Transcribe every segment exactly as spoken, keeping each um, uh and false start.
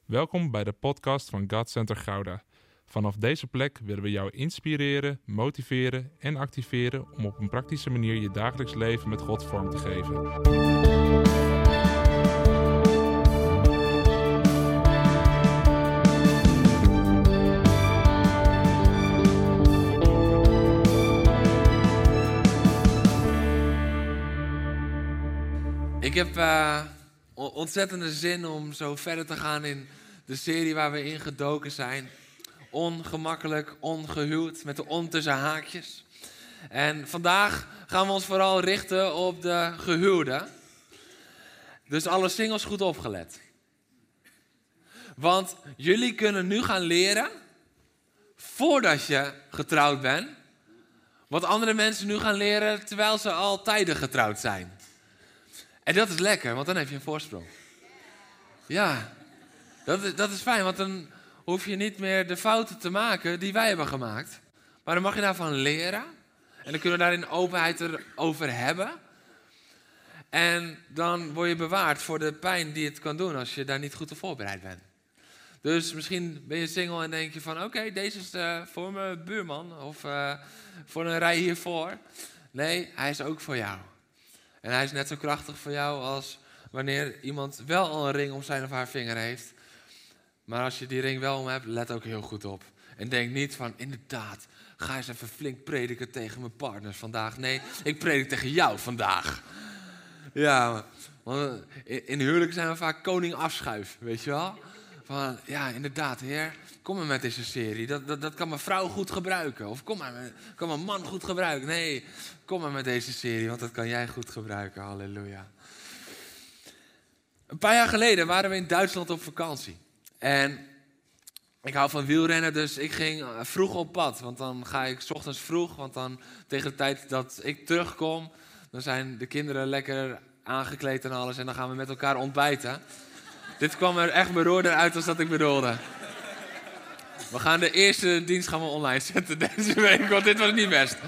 Welkom bij de podcast van God Center Gouda. Vanaf deze plek willen we jou inspireren, motiveren en activeren om op een praktische manier je dagelijks leven met God vorm te geven. Ik heb uh, ontzettende zin om zo verder te gaan in de serie waar we in gedoken zijn. Ongemakkelijk, ongehuwd, met de on tussen haakjes. En vandaag gaan we ons vooral richten op de gehuwden. Dus alle singles goed opgelet. Want jullie kunnen nu gaan leren, voordat je getrouwd bent, wat andere mensen nu gaan leren terwijl ze al tijden getrouwd zijn. En dat is lekker, want dan heb je een voorsprong. Ja, dat is, dat is fijn, want dan hoef je niet meer de fouten te maken die wij hebben gemaakt. Maar dan mag je daarvan leren. En dan kunnen we daar in openheid erover hebben. En dan word je bewaard voor de pijn die het kan doen als je daar niet goed op voorbereid bent. Dus misschien ben je single en denk je van, oké, okay, deze is uh, voor mijn buurman of uh, voor een rij hiervoor. Nee, hij is ook voor jou. En hij is net zo krachtig voor jou als wanneer iemand wel al een ring om zijn of haar vinger heeft. Maar als je die ring wel om hebt, let ook heel goed op. En denk niet van, inderdaad, ga eens even flink prediken tegen mijn partners vandaag. Nee, ik predik tegen jou vandaag. Ja, want in huwelijk zijn we vaak koning afschuif, weet je wel. Van, ja, inderdaad, heer, kom maar met deze serie. Dat, dat, dat kan mijn vrouw goed gebruiken. Of kom maar, met, kan mijn man goed gebruiken. Nee, kom maar met deze serie, want dat kan jij goed gebruiken. Halleluja. Een paar jaar geleden waren we in Duitsland op vakantie. En ik hou van wielrennen, dus ik ging vroeg op pad. Want dan ga ik 's ochtends vroeg, want dan tegen de tijd dat ik terugkom, dan zijn de kinderen lekker aangekleed en alles. En dan gaan we met elkaar ontbijten. Dit kwam er echt beroerder uit als dat ik bedoelde. We gaan de eerste dienst gaan we online zetten deze week, want dit was niet best.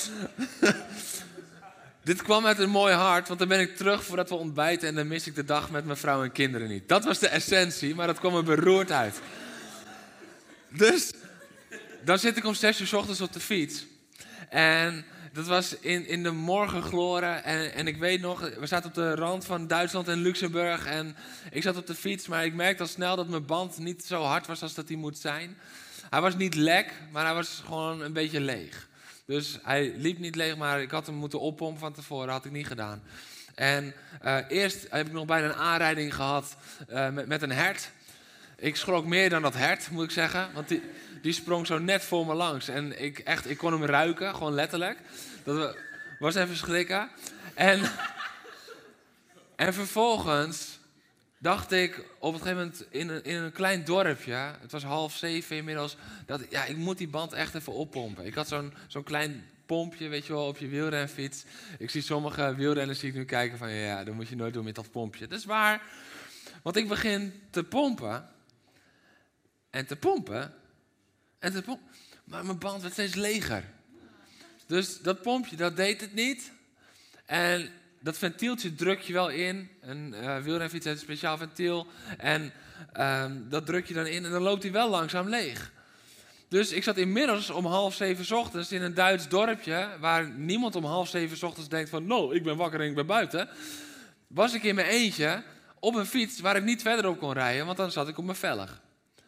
Dit kwam uit een mooi hart, want dan ben ik terug voordat we ontbijten en dan mis ik de dag met mijn vrouw en kinderen niet. Dat was de essentie, maar dat kwam er beroerd uit. Dus, dan zit ik om zes uur 's ochtends op de fiets. En dat was in, in de morgengloren. En, en ik weet nog, we zaten op de rand van Duitsland en Luxemburg. En ik zat op de fiets, maar ik merkte al snel dat mijn band niet zo hard was als dat hij moet zijn. Hij was niet lek, maar hij was gewoon een beetje leeg. Dus hij liep niet leeg, maar ik had hem moeten oppompen van tevoren. Dat had ik niet gedaan. En uh, eerst heb ik nog bijna een aanrijding gehad uh, met, met een hert. Ik schrok meer dan dat hert, moet ik zeggen. Want die, die sprong zo net voor me langs. En ik, echt, ik kon hem ruiken, gewoon letterlijk. Dat was even schrikken. En, en vervolgens dacht ik op een gegeven moment in een, in een klein dorpje, het was half zeven inmiddels, dat ja, ik moet die band echt even oppompen. Ik had zo'n, zo'n klein pompje, weet je wel, op je wielrenfiets. Ik zie sommige wielrenners zie ik nu kijken van, ja, dat moet je nooit doen met dat pompje. Dat is waar, want ik begin te pompen en te pompen en te pompen, maar mijn band werd steeds leger. Dus dat pompje, dat deed het niet. En dat ventieltje druk je wel in. Een uh, wielrenfiets heeft een speciaal ventiel. En uh, dat druk je dan in en dan loopt hij wel langzaam leeg. Dus ik zat inmiddels om half zeven 's ochtends in een Duits dorpje, waar niemand om half zeven 's ochtends denkt van, nou, ik ben wakker en ik ben buiten. Was ik in mijn eentje op een fiets waar ik niet verder op kon rijden, want dan zat ik op mijn velg.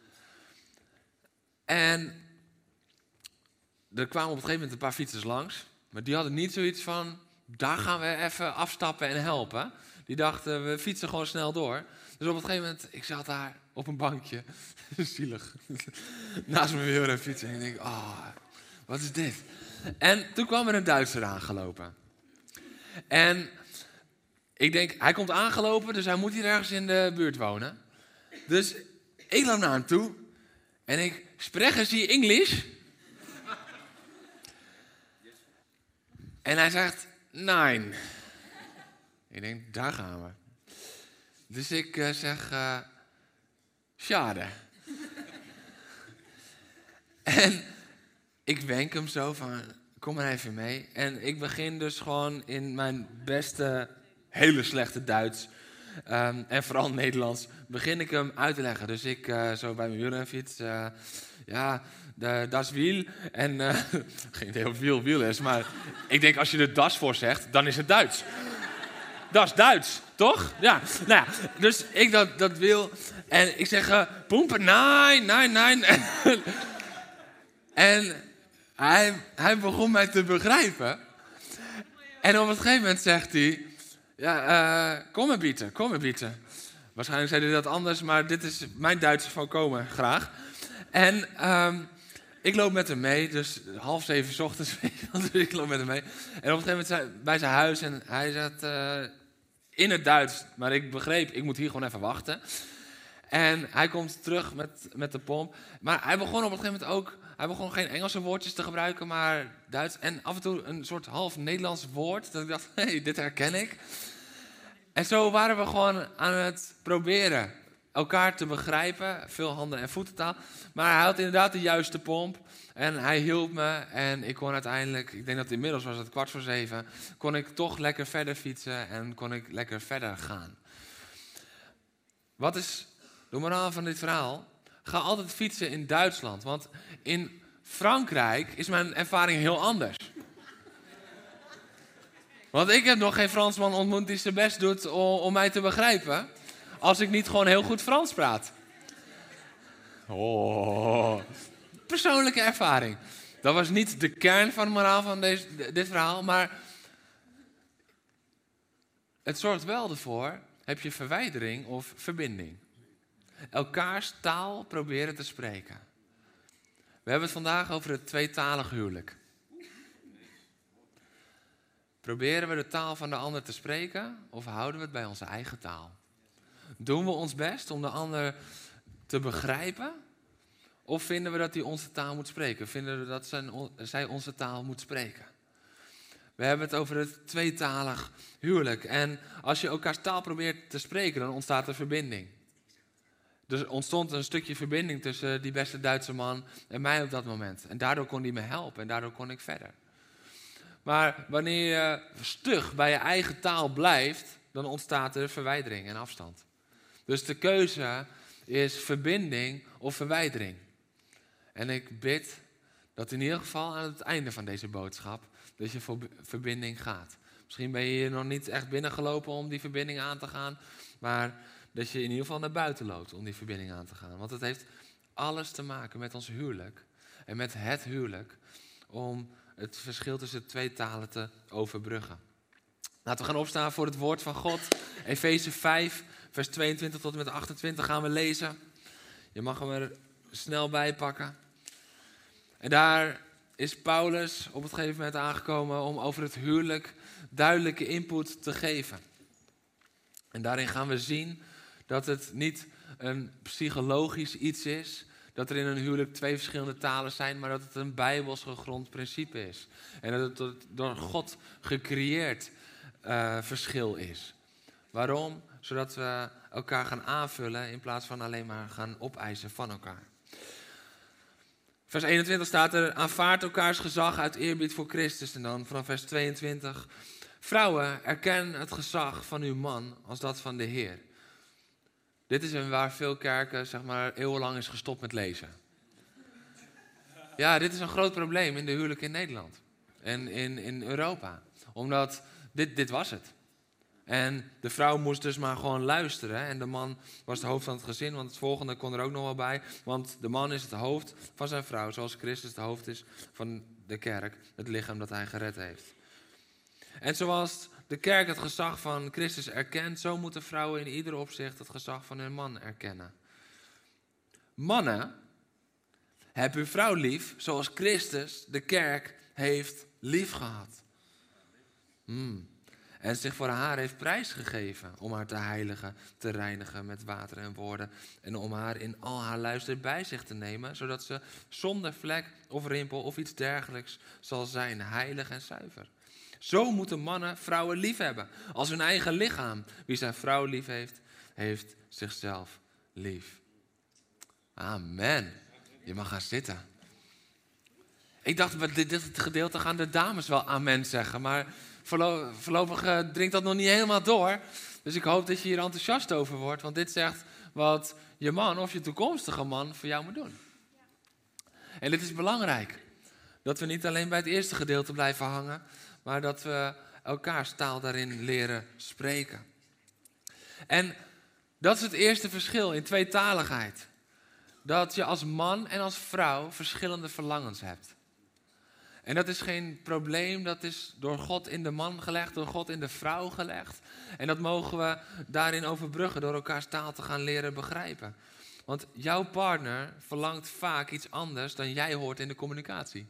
En er kwamen op een gegeven moment een paar fietsers langs. Maar die hadden niet zoiets van, daar gaan we even afstappen en helpen. Die dachten, we fietsen gewoon snel door. Dus op een gegeven moment, ik zat daar op een bankje. Zielig. Naast mijn wielrenfiets. En ik denk, oh, wat is dit? En toen kwam er een Duitser aangelopen. En ik denk, hij komt aangelopen, dus hij moet hier ergens in de buurt wonen. Dus ik loop naar hem toe. En ik, spreken Sie English? En hij zegt, nee. Ik denk, daar gaan we. Dus ik uh, zeg, uh, schade. En ik wenk hem zo van, kom maar even mee. En ik begin dus gewoon in mijn beste, hele slechte Duits Um, en vooral Nederlands begin ik hem uit te leggen. Dus ik uh, zo bij mijn wielrenfiets, uh, ja, de, das wiel. En uh, geen idee of wiel wiel is, maar ik denk als je er das voor zegt, dan is het Duits. Dat is Duits, toch? Ja, nou ja, dus ik dat, dat wil. En ik zeg, uh, pompen, nee, nee, nee. En hij, hij begon mij te begrijpen. En op een gegeven moment zegt hij, ja, uh, kom maar bieten, kom maar bieten. Waarschijnlijk zei hij dat anders, maar dit is mijn Duitse van komen, graag. En um, ik loop met hem mee, dus half zeven 's ochtends, dus ik loop met hem mee. En op een gegeven moment zei, bij zijn huis en hij zat uh, in het Duits, maar ik begreep, ik moet hier gewoon even wachten. En hij komt terug met, met de pomp. Maar hij begon op een gegeven moment ook, hij begon geen Engelse woordjes te gebruiken, maar Duits. En af en toe een soort half Nederlands woord, dat ik dacht, hé, hey, dit herken ik. En zo waren we gewoon aan het proberen elkaar te begrijpen, veel handen- en voetentaal. Maar hij had inderdaad de juiste pomp en hij hielp me. En ik kon uiteindelijk, ik denk dat inmiddels was het kwart voor zeven, kon ik toch lekker verder fietsen en kon ik lekker verder gaan. Wat is de moraal van dit verhaal? Ga altijd fietsen in Duitsland, want in Frankrijk is mijn ervaring heel anders. Want ik heb nog geen Fransman ontmoet die zijn best doet om, om mij te begrijpen, als ik niet gewoon heel goed Frans praat. Oh, persoonlijke ervaring. Dat was niet de kern van de moraal van deze, dit verhaal, maar het zorgt wel ervoor, heb je verwijdering of verbinding. Elkaars taal proberen te spreken. We hebben het vandaag over het tweetalig huwelijk. Proberen we de taal van de ander te spreken of houden we het bij onze eigen taal? Doen we ons best om de ander te begrijpen? Of vinden we dat hij onze taal moet spreken? Vinden we dat zijn, zij onze taal moet spreken? We hebben het over het tweetalig huwelijk. En als je elkaars taal probeert te spreken, dan ontstaat er verbinding. Dus er ontstond een stukje verbinding tussen die beste Duitse man en mij op dat moment. En daardoor kon hij me helpen en daardoor kon ik verder. Maar wanneer je stug bij je eigen taal blijft, dan ontstaat er verwijdering en afstand. Dus de keuze is verbinding of verwijdering. En ik bid dat in ieder geval aan het einde van deze boodschap, dat je voor verbinding gaat. Misschien ben je hier nog niet echt binnengelopen om die verbinding aan te gaan, maar dat je in ieder geval naar buiten loopt om die verbinding aan te gaan. Want het heeft alles te maken met ons huwelijk en met het huwelijk om het verschil tussen twee talen te overbruggen. Laten we gaan opstaan voor het woord van God. Efeze vijf, vers tweeëntwintig tot en met achtentwintig gaan we lezen. Je mag hem er snel bij pakken. En daar is Paulus op het gegeven moment aangekomen om over het huwelijk duidelijke input te geven. En daarin gaan we zien dat het niet een psychologisch iets is, dat er in een huwelijk twee verschillende talen zijn, maar dat het een bijbels gegrond principe is. En dat het door God gecreëerd uh, verschil is. Waarom? Zodat we elkaar gaan aanvullen in plaats van alleen maar gaan opeisen van elkaar. Vers eenentwintig staat er, aanvaard elkaars gezag uit eerbied voor Christus. En dan vanaf vers tweeëntwintig, vrouwen, erken het gezag van uw man als dat van de Heer. Dit is een waar veel kerken, zeg maar, eeuwenlang is gestopt met lezen. Ja, dit is een groot probleem in de huwelijk in Nederland. En in, in Europa. Omdat dit, dit was het. En de vrouw moest dus maar gewoon luisteren. En de man was het hoofd van het gezin. Want het volgende kon er ook nog wel bij. Want de man is het hoofd van zijn vrouw. Zoals Christus het hoofd is van de kerk. Het lichaam dat hij gered heeft. En zoals de kerk het gezag van Christus erkent, zo moeten vrouwen in ieder opzicht het gezag van hun man erkennen. Mannen, heb uw vrouw lief, zoals Christus de kerk heeft lief gehad. Hmm. En zich voor haar heeft prijsgegeven om haar te heiligen, te reinigen met water en woorden. En om haar in al haar luister bij zich te nemen, zodat ze zonder vlek of rimpel of iets dergelijks zal zijn, heilig en zuiver. Zo moeten mannen vrouwen lief hebben, als hun eigen lichaam. Wie zijn vrouw lief heeft, heeft zichzelf lief. Amen. Je mag gaan zitten. Ik dacht, bij dit, dit gedeelte gaan de dames wel amen zeggen, maar voorlopig uh, dringt dat nog niet helemaal door. Dus ik hoop dat je hier enthousiast over wordt, want dit zegt wat je man of je toekomstige man voor jou moet doen. En dit is belangrijk. Dat we niet alleen bij het eerste gedeelte blijven hangen, maar dat we elkaars taal daarin leren spreken. En dat is het eerste verschil in tweetaligheid. Dat je als man en als vrouw verschillende verlangens hebt. En dat is geen probleem, dat is door God in de man gelegd, door God in de vrouw gelegd. En dat mogen we daarin overbruggen door elkaars taal te gaan leren begrijpen. Want jouw partner verlangt vaak iets anders dan jij hoort in de communicatie.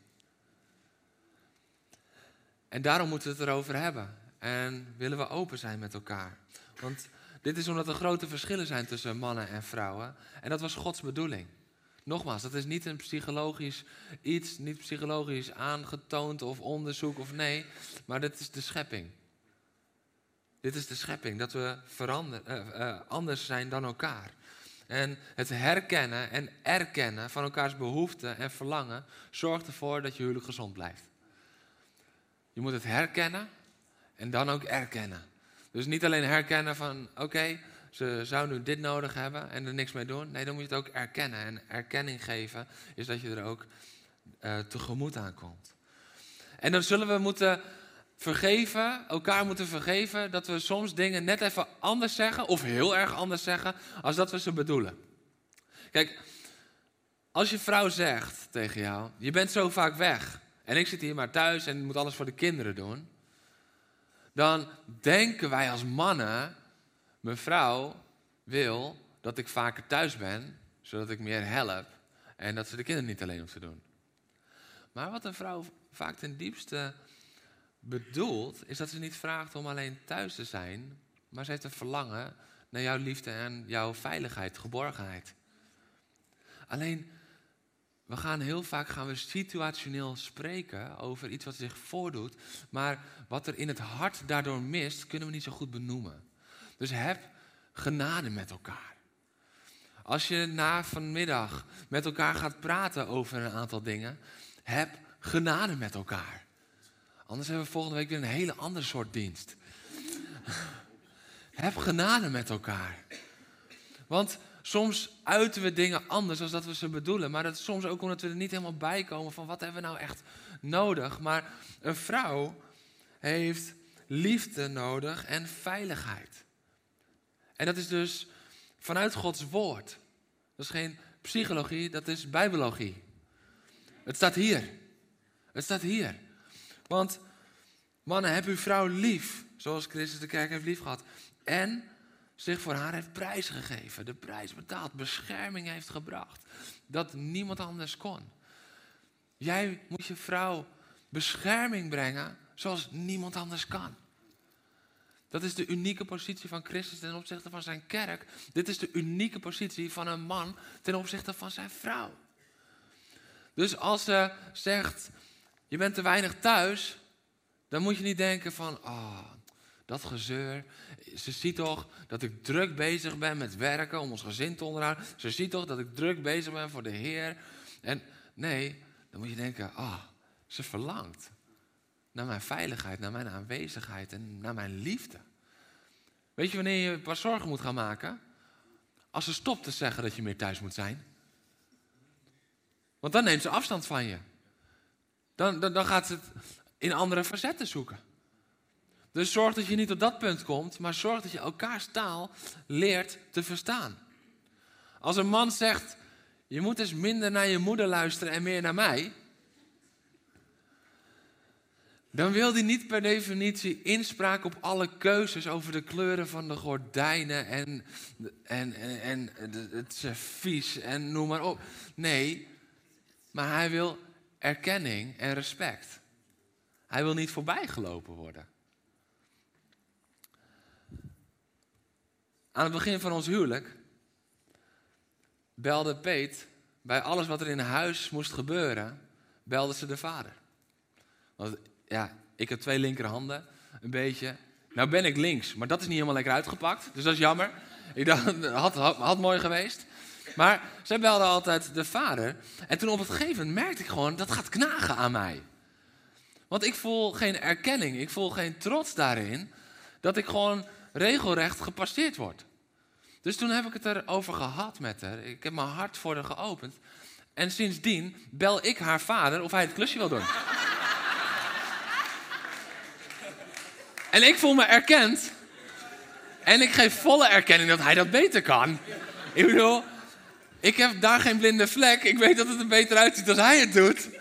En daarom moeten we het erover hebben. En willen we open zijn met elkaar. Want dit is omdat er grote verschillen zijn tussen mannen en vrouwen. En dat was Gods bedoeling. Nogmaals, dat is niet een psychologisch iets, niet psychologisch aangetoond of onderzoek of nee. Maar dit is de schepping. Dit is de schepping, dat we verander, uh, uh, anders zijn dan elkaar. En het herkennen en erkennen van elkaars behoeften en verlangen zorgt ervoor dat je huwelijk gezond blijft. Je moet het herkennen en dan ook erkennen. Dus niet alleen herkennen van, oké, okay, ze zou nu dit nodig hebben en er niks mee doen. Nee, dan moet je het ook erkennen. En erkenning geven is dat je er ook uh, tegemoet aan komt. En dan zullen we moeten vergeven, elkaar moeten vergeven, dat we soms dingen net even anders zeggen, of heel erg anders zeggen, als dat we ze bedoelen. Kijk, als je vrouw zegt tegen jou, je bent zo vaak weg, en ik zit hier maar thuis en moet alles voor de kinderen doen, dan denken wij als mannen, mijn vrouw wil dat ik vaker thuis ben, zodat ik meer help en dat ze de kinderen niet alleen hoeft te doen. Maar wat een vrouw vaak ten diepste bedoelt, is dat ze niet vraagt om alleen thuis te zijn, maar ze heeft een verlangen naar jouw liefde en jouw veiligheid, geborgenheid. Alleen, we gaan heel vaak gaan we situationeel spreken over iets wat zich voordoet, maar wat er in het hart daardoor mist, kunnen we niet zo goed benoemen. Dus heb genade met elkaar. Als je na vanmiddag met elkaar gaat praten over een aantal dingen, heb genade met elkaar. Anders hebben we volgende week weer een hele andere soort dienst. Heb genade met elkaar. Want soms uiten we dingen anders dan dat we ze bedoelen. Maar dat is soms ook omdat we er niet helemaal bij komen van wat hebben we nou echt nodig. Maar een vrouw heeft liefde nodig en veiligheid. En dat is dus vanuit Gods woord. Dat is geen psychologie, dat is bijbelologie. Het staat hier. Het staat hier. Want mannen, heb uw vrouw lief, zoals Christus de kerk heeft lief gehad. En zich voor haar heeft prijs gegeven, de prijs betaald, bescherming heeft gebracht. Dat niemand anders kon. Jij moet je vrouw bescherming brengen zoals niemand anders kan. Dat is de unieke positie van Christus ten opzichte van zijn kerk. Dit is de unieke positie van een man ten opzichte van zijn vrouw. Dus als ze zegt, je bent te weinig thuis, dan moet je niet denken van, oh, dat gezeur. Ze ziet toch dat ik druk bezig ben met werken om ons gezin te onderhouden. Ze ziet toch dat ik druk bezig ben voor de Heer. En nee, dan moet je denken, oh, ze verlangt naar mijn veiligheid, naar mijn aanwezigheid en naar mijn liefde. Weet je wanneer je pas zorgen moet gaan maken? Als ze stopt te zeggen dat je meer thuis moet zijn. Want dan neemt ze afstand van je. Dan, dan, dan gaat ze het in andere facetten zoeken. Dus zorg dat je niet op dat punt komt, maar zorg dat je elkaars taal leert te verstaan. Als een man zegt, je moet eens minder naar je moeder luisteren en meer naar mij, dan wil hij niet per definitie inspraak op alle keuzes over de kleuren van de gordijnen en, en, en, en het servies en noem maar op. Nee, maar hij wil erkenning en respect. Hij wil niet voorbijgelopen worden. Aan het begin van ons huwelijk belde Peet, bij alles wat er in huis moest gebeuren, belde ze de vader. Want ja, ik heb twee linkerhanden, een beetje. Nou ben ik links, maar dat is niet helemaal lekker uitgepakt, dus dat is jammer. Ik dacht, had, had, had mooi geweest. Maar zij belde altijd de vader. En toen op het gegeven moment merkte ik gewoon, dat gaat knagen aan mij. Want ik voel geen erkenning, ik voel geen trots daarin, dat ik gewoon regelrecht gepasseerd wordt. Dus toen heb ik het erover gehad met haar. Ik heb mijn hart voor haar geopend. En sindsdien bel ik haar vader of hij het klusje wil doen. En ik voel me erkend. En ik geef volle erkenning dat hij dat beter kan. Ik bedoel, ik heb daar geen blinde vlek. Ik weet dat het er beter uitziet als hij het doet.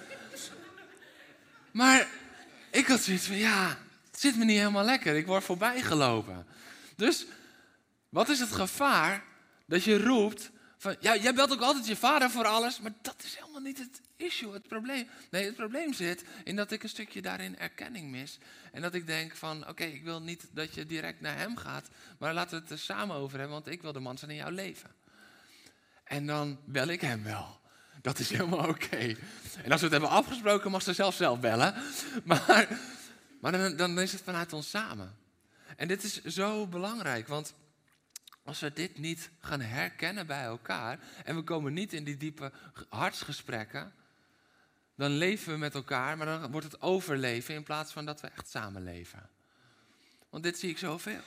Maar ik had zoiets van, ja, het zit me niet helemaal lekker. Ik word voorbij gelopen. Dus, wat is het gevaar dat je roept van, ja, jij belt ook altijd je vader voor alles, maar dat is helemaal niet het issue, het probleem. Nee, het probleem zit in dat ik een stukje daarin erkenning mis. En dat ik denk van, oké, okay, ik wil niet dat je direct naar hem gaat, maar laten we het er samen over hebben, want ik wil de man zijn in jouw leven. En dan bel ik hem wel. Dat is helemaal oké. Okay. En als we het hebben afgesproken, mag ze zelf zelf bellen. Maar, maar dan, dan is het vanuit ons samen. En dit is zo belangrijk, want als we dit niet gaan herkennen bij elkaar en we komen niet in die diepe hartsgesprekken, dan leven we met elkaar, maar dan wordt het overleven in plaats van dat we echt samenleven. Want dit zie ik zoveel.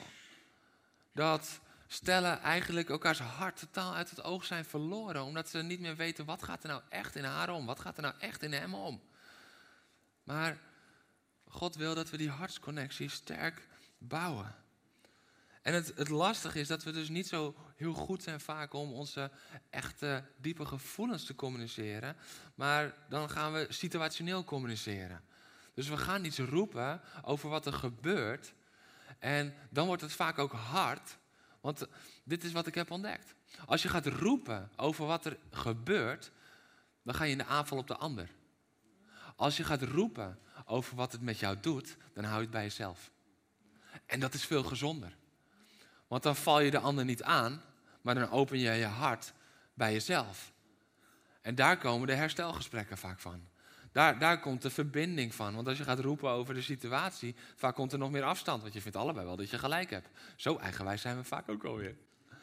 Dat stellen eigenlijk elkaars hart totaal uit het oog zijn verloren, omdat ze niet meer weten wat gaat er nou echt in haar om, wat gaat er nou echt in hem om. Maar God wil dat we die hartsconnectie sterk bouwen. En het, het lastige is dat we dus niet zo heel goed zijn vaak om onze echte diepe gevoelens te communiceren. Maar dan gaan we situationeel communiceren. Dus we gaan iets roepen over wat er gebeurt. En dan wordt het vaak ook hard. Want dit is wat ik heb ontdekt. Als je gaat roepen over wat er gebeurt, dan ga je in de aanval op de ander. Als je gaat roepen over wat het met jou doet, dan hou je het bij jezelf. En dat is veel gezonder. Want dan val je de ander niet aan, maar dan open je je hart bij jezelf. En daar komen de herstelgesprekken vaak van. Daar, daar komt de verbinding van. Want als je gaat roepen over de situatie, vaak komt er nog meer afstand. Want je vindt allebei wel dat je gelijk hebt. Zo eigenwijs zijn we vaak ook alweer.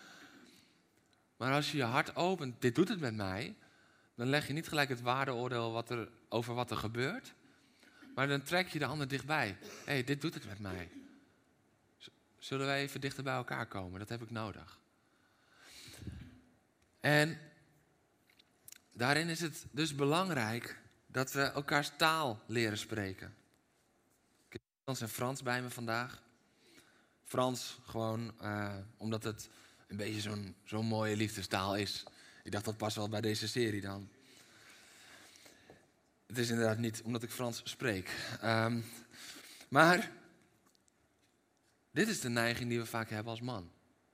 Maar als je je hart opent, dit doet het met mij, dan leg je niet gelijk het waardeoordeel wat er, over wat er gebeurt. Maar dan trek je de ander dichtbij. Hé, hey, dit doet het met mij. Zullen wij even dichter bij elkaar komen? Dat heb ik nodig. En daarin is het dus belangrijk dat we elkaars taal leren spreken. Ik heb Frans en Frans bij me vandaag. Frans gewoon uh, omdat het een beetje zo'n, zo'n mooie liefdestaal is. Ik dacht dat past wel bij deze serie dan. Het is inderdaad niet omdat ik Frans spreek. Um, maar dit is de neiging die we vaak hebben als man.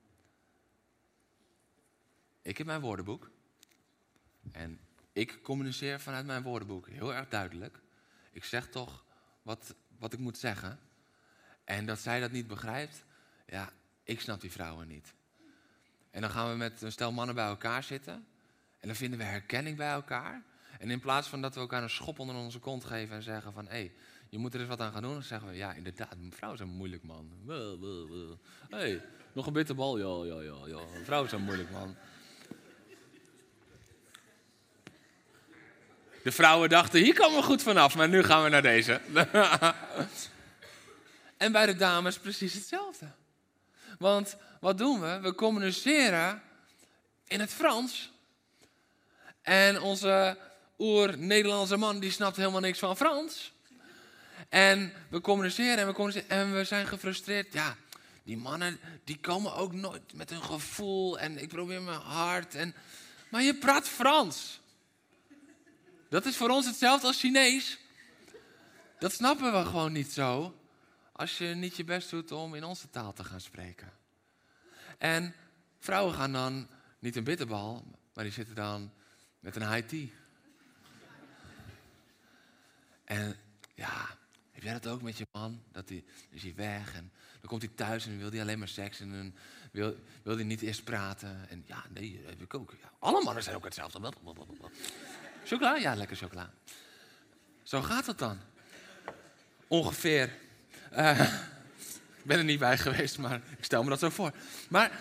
Ik heb mijn woordenboek. En ik communiceer vanuit mijn woordenboek heel erg duidelijk. Ik zeg toch wat, wat ik moet zeggen. En dat zij dat niet begrijpt, ja, ik snap die vrouwen niet. En dan gaan we met een stel mannen bij elkaar zitten. En dan vinden we herkenning bij elkaar. En in plaats van dat we elkaar een schop onder onze kont geven en zeggen van, hé, hey, je moet er eens wat aan gaan doen. Dan zeggen we, ja, inderdaad, een vrouw is een moeilijk man. Hé, hey, nog een bitterbal? Ja, ja, ja, ja. Een vrouw is een moeilijk man. De vrouwen dachten, hier komen we goed vanaf, maar nu gaan we naar deze. En bij de dames precies hetzelfde. Want wat doen we? We communiceren in het Frans. En onze oer-Nederlandse man die snapt helemaal niks van Frans. En we communiceren en we communiceren en we zijn gefrustreerd. Ja, die mannen die komen ook nooit met hun gevoel en ik probeer mijn hart. En... Maar je praat Frans. Dat is voor ons hetzelfde als Chinees. Dat snappen we gewoon niet zo. Als je niet je best doet om in onze taal te gaan spreken. En vrouwen gaan dan niet een bitterbal, maar die zitten dan met een high tea. En ja, heb jij dat ook met je man? Dat die, dan is hij weg en dan komt hij thuis en dan wil hij alleen maar seks. En dan wil, wil hij niet eerst praten. En ja, nee, dat heb ik ook. Ja, alle mannen zijn ook hetzelfde. Chocola? Ja, lekker chocola. Zo gaat het dan. Ongeveer. Uh, ik ben er niet bij geweest, maar ik stel me dat zo voor. Maar,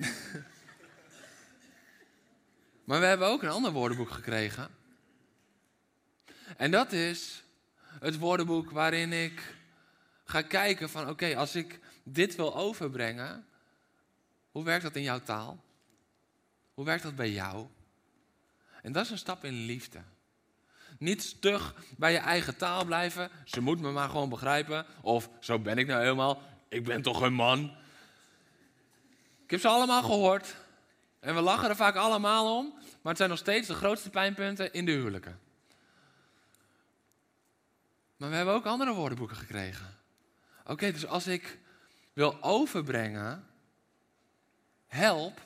maar we hebben ook een ander woordenboek gekregen. En dat is het woordenboek waarin ik ga kijken van oké, okay, als ik dit wil overbrengen, hoe werkt dat in jouw taal? Hoe werkt dat bij jou? En dat is een stap in liefde. Niet stug bij je eigen taal blijven. Ze moet me maar gewoon begrijpen. Of zo ben ik nou helemaal. Ik ben toch een man. Ik heb ze allemaal gehoord. En we lachen er vaak allemaal om. Maar het zijn nog steeds de grootste pijnpunten in de huwelijken. Maar we hebben ook andere woordenboeken gekregen. Oké, okay, dus als ik wil overbrengen. Help.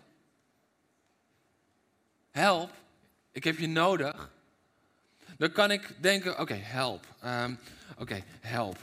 Help. Ik heb je nodig. Dan kan ik denken, oké, okay, help. Um, oké, okay, help.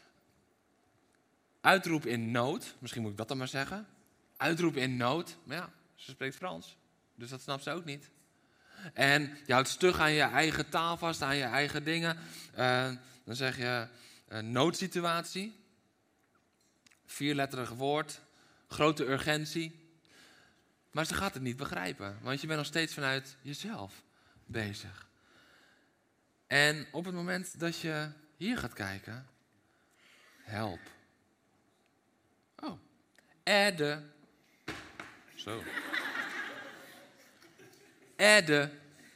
Uitroep in nood. Misschien moet ik dat dan maar zeggen. Uitroep in nood. Maar ja, ze spreekt Frans. Dus dat snapt ze ook niet. En je houdt stug aan je eigen taal vast, aan je eigen dingen. Uh, dan zeg je uh, noodsituatie. Vierletterig woord. Grote urgentie. Maar ze gaat het niet begrijpen. Want je bent nog steeds vanuit jezelf bezig. En op het moment dat je hier gaat kijken. Help. Oh. Erde. Zo. Erde.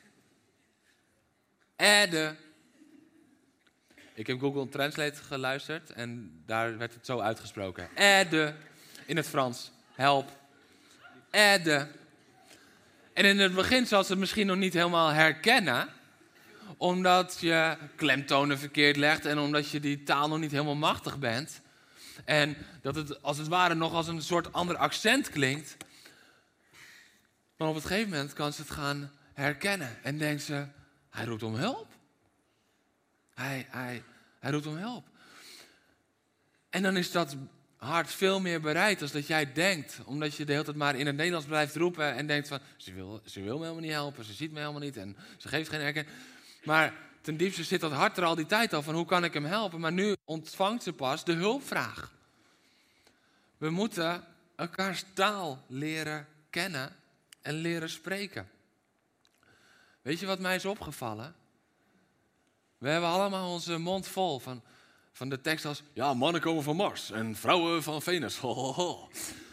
Erde. Ik heb Google Translate geluisterd en daar werd het zo uitgesproken. Erde. In het Frans. Help. Erde. En in het begin zal ze het misschien nog niet helemaal herkennen. Omdat je klemtonen verkeerd legt en omdat je die taal nog niet helemaal machtig bent. En dat het als het ware nog als een soort ander accent klinkt. Maar op een gegeven moment kan ze het gaan herkennen. En denkt ze, hij roept om hulp. Hij, hij, hij roept om hulp. En dan is dat hart veel meer bereid als dat jij denkt. Omdat je de hele tijd maar in het Nederlands blijft roepen. En denkt van, ze wil, ze wil me helemaal niet helpen. Ze ziet me helemaal niet. En ze geeft geen erkenning. Maar ten diepste zit dat hart er al die tijd al van, hoe kan ik hem helpen? Maar nu ontvangt ze pas de hulpvraag. We moeten elkaars taal leren kennen en leren spreken. Weet je wat mij is opgevallen? We hebben allemaal onze mond vol van, van de tekst als, ja, mannen komen van Mars en vrouwen van Venus. Ho, ho, ho.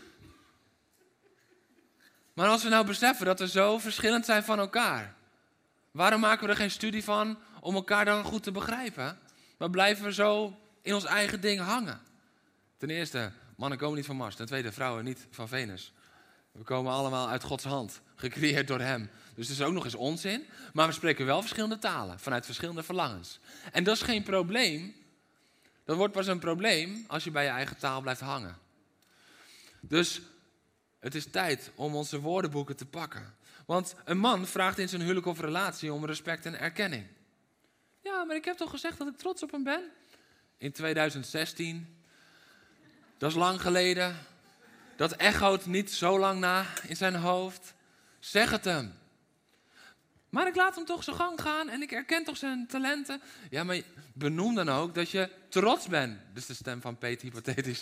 Maar als we nou beseffen dat we zo verschillend zijn van elkaar, waarom maken we er geen studie van om elkaar dan goed te begrijpen? Maar blijven we zo in ons eigen ding hangen? Ten eerste, mannen komen niet van Mars. Ten tweede, vrouwen niet van Venus. We komen allemaal uit Gods hand, gecreëerd door hem. Dus het is ook nog eens onzin. Maar we spreken wel verschillende talen, vanuit verschillende verlangens. En dat is geen probleem. Dat wordt pas een probleem als je bij je eigen taal blijft hangen. Dus het is tijd om onze woordenboeken te pakken. Want een man vraagt in zijn huwelijk of relatie om respect en erkenning. Ja, maar ik heb toch gezegd dat ik trots op hem ben? In tweeduizend zestien. Dat is lang geleden. Dat echoot niet zo lang na in zijn hoofd. Zeg het hem. Maar ik laat hem toch zijn gang gaan en ik erken toch zijn talenten. Ja, maar benoem dan ook dat je trots bent. Dus de stem van Peet, hypothetisch.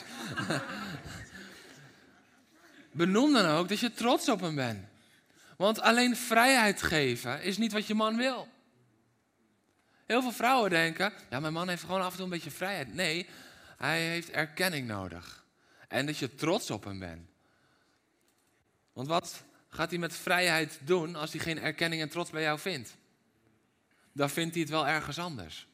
Benoem dan ook dat je trots op hem bent. Want alleen vrijheid geven is niet wat je man wil. Heel veel vrouwen denken, ja, mijn man heeft gewoon af en toe een beetje vrijheid. Nee, hij heeft erkenning nodig. En dat je trots op hem bent. Want wat gaat hij met vrijheid doen als hij geen erkenning en trots bij jou vindt? Dan vindt hij het wel ergens anders.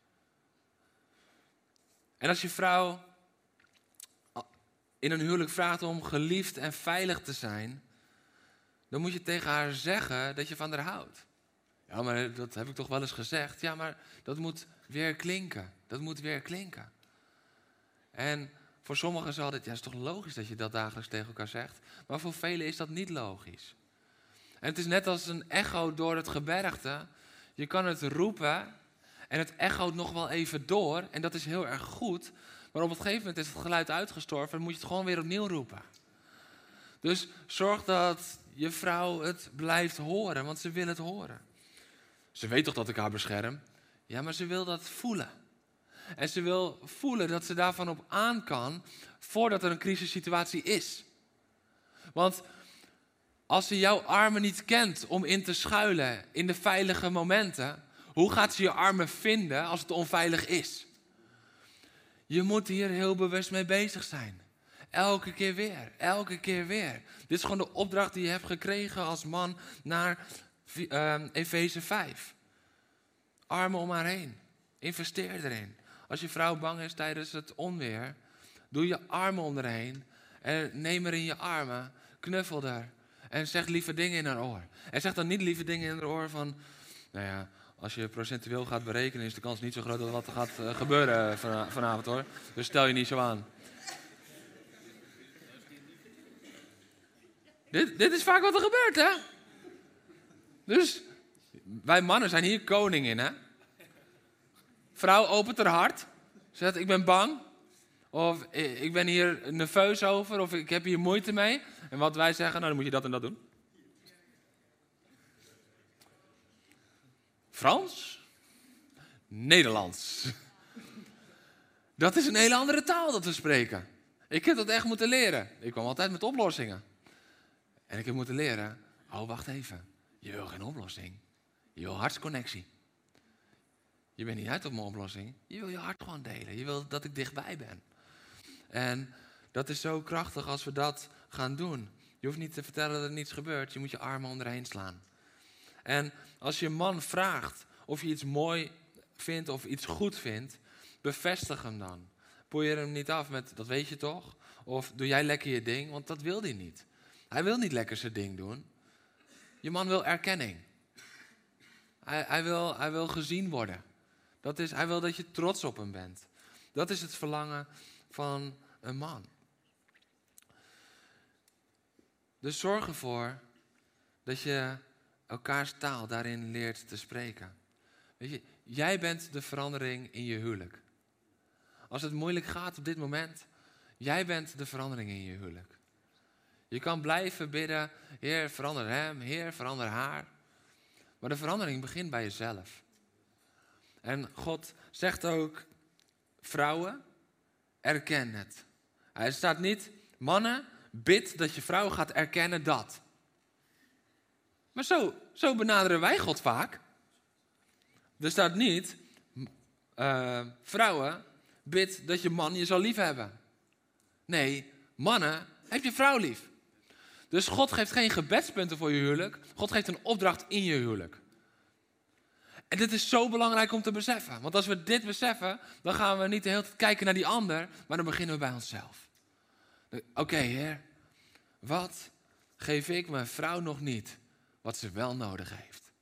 En als je vrouw in een huwelijk vraagt om geliefd en veilig te zijn, dan moet je tegen haar zeggen dat je van haar houdt. Ja, maar dat heb ik toch wel eens gezegd. Ja, maar dat moet weer klinken. Dat moet weer klinken. En voor sommigen zal dit, ja, het is toch logisch dat je dat dagelijks tegen elkaar zegt. Maar voor velen is dat niet logisch. En het is net als een echo door het gebergte. Je kan het roepen en het echoot nog wel even door. En dat is heel erg goed. Maar op een gegeven moment is het geluid uitgestorven en dan moet je het gewoon weer opnieuw roepen. Dus zorg dat je vrouw het blijft horen, want ze wil het horen. Ze weet toch dat ik haar bescherm? Ja, maar ze wil dat voelen. En ze wil voelen dat ze daarvan op aan kan voordat er een crisissituatie is. Want als ze jouw armen niet kent om in te schuilen in de veilige momenten, hoe gaat ze je armen vinden als het onveilig is? Je moet hier heel bewust mee bezig zijn. Elke keer weer, elke keer weer. Dit is gewoon de opdracht die je hebt gekregen als man naar uh, Efeze vijf. Armen om haar heen. Investeer erin. Als je vrouw bang is tijdens het onweer, doe je armen om haar heen en neem haar in je armen, knuffel haar en zeg lieve dingen in haar oor. En zeg dan niet lieve dingen in haar oor van, nou ja, als je procentueel gaat berekenen is de kans niet zo groot dat er wat gaat uh, gebeuren van, vanavond hoor. Dus stel je niet zo aan. Dit, dit is vaak wat er gebeurt, hè? Dus wij mannen zijn hier koning in, hè? Vrouw opent haar hart. Zegt, ik ben bang. Of ik ben hier nerveus over. Of ik heb hier moeite mee. En wat wij zeggen, nou dan moet je dat en dat doen. Frans? Nederlands. Dat is een hele andere taal dat we spreken. Ik heb dat echt moeten leren. Ik kwam altijd met oplossingen. En ik heb moeten leren, oh wacht even. Je wil geen oplossing. Je wil hartsconnectie. Je bent niet uit op mijn oplossing. Je wil je hart gewoon delen. Je wil dat ik dichtbij ben. En dat is zo krachtig als we dat gaan doen. Je hoeft niet te vertellen dat er niets gebeurt. Je moet je armen om erheen slaan. En als je man vraagt of je iets mooi vindt of iets goed vindt, bevestig hem dan. Poeier hem niet af met, dat weet je toch? Of doe jij lekker je ding, want dat wil hij niet. Hij wil niet lekker zijn ding doen. Je man wil erkenning. Hij, hij, wil, hij wil gezien worden. Dat is, hij wil dat je trots op hem bent. Dat is het verlangen van een man. Dus zorg ervoor dat je elkaars taal daarin leert te spreken. Weet je, jij bent de verandering in je huwelijk. Als het moeilijk gaat op dit moment, jij bent de verandering in je huwelijk. Je kan blijven bidden, Heer, verander hem, Heer, verander haar. Maar de verandering begint bij jezelf. En God zegt ook, vrouwen, erken het. Hij staat niet, mannen, bid dat je vrouw gaat erkennen dat. Maar zo, zo benaderen wij God vaak. Er staat niet, uh, vrouwen, bid dat je man je zal lief hebben. Nee, mannen, heb je vrouw lief. Dus God geeft geen gebedspunten voor je huwelijk. God geeft een opdracht in je huwelijk. En dit is zo belangrijk om te beseffen. Want als we dit beseffen, dan gaan we niet de hele tijd kijken naar die ander, maar dan beginnen we bij onszelf. Oké, okay, Heer, wat geef ik mijn vrouw nog niet, wat ze wel nodig heeft?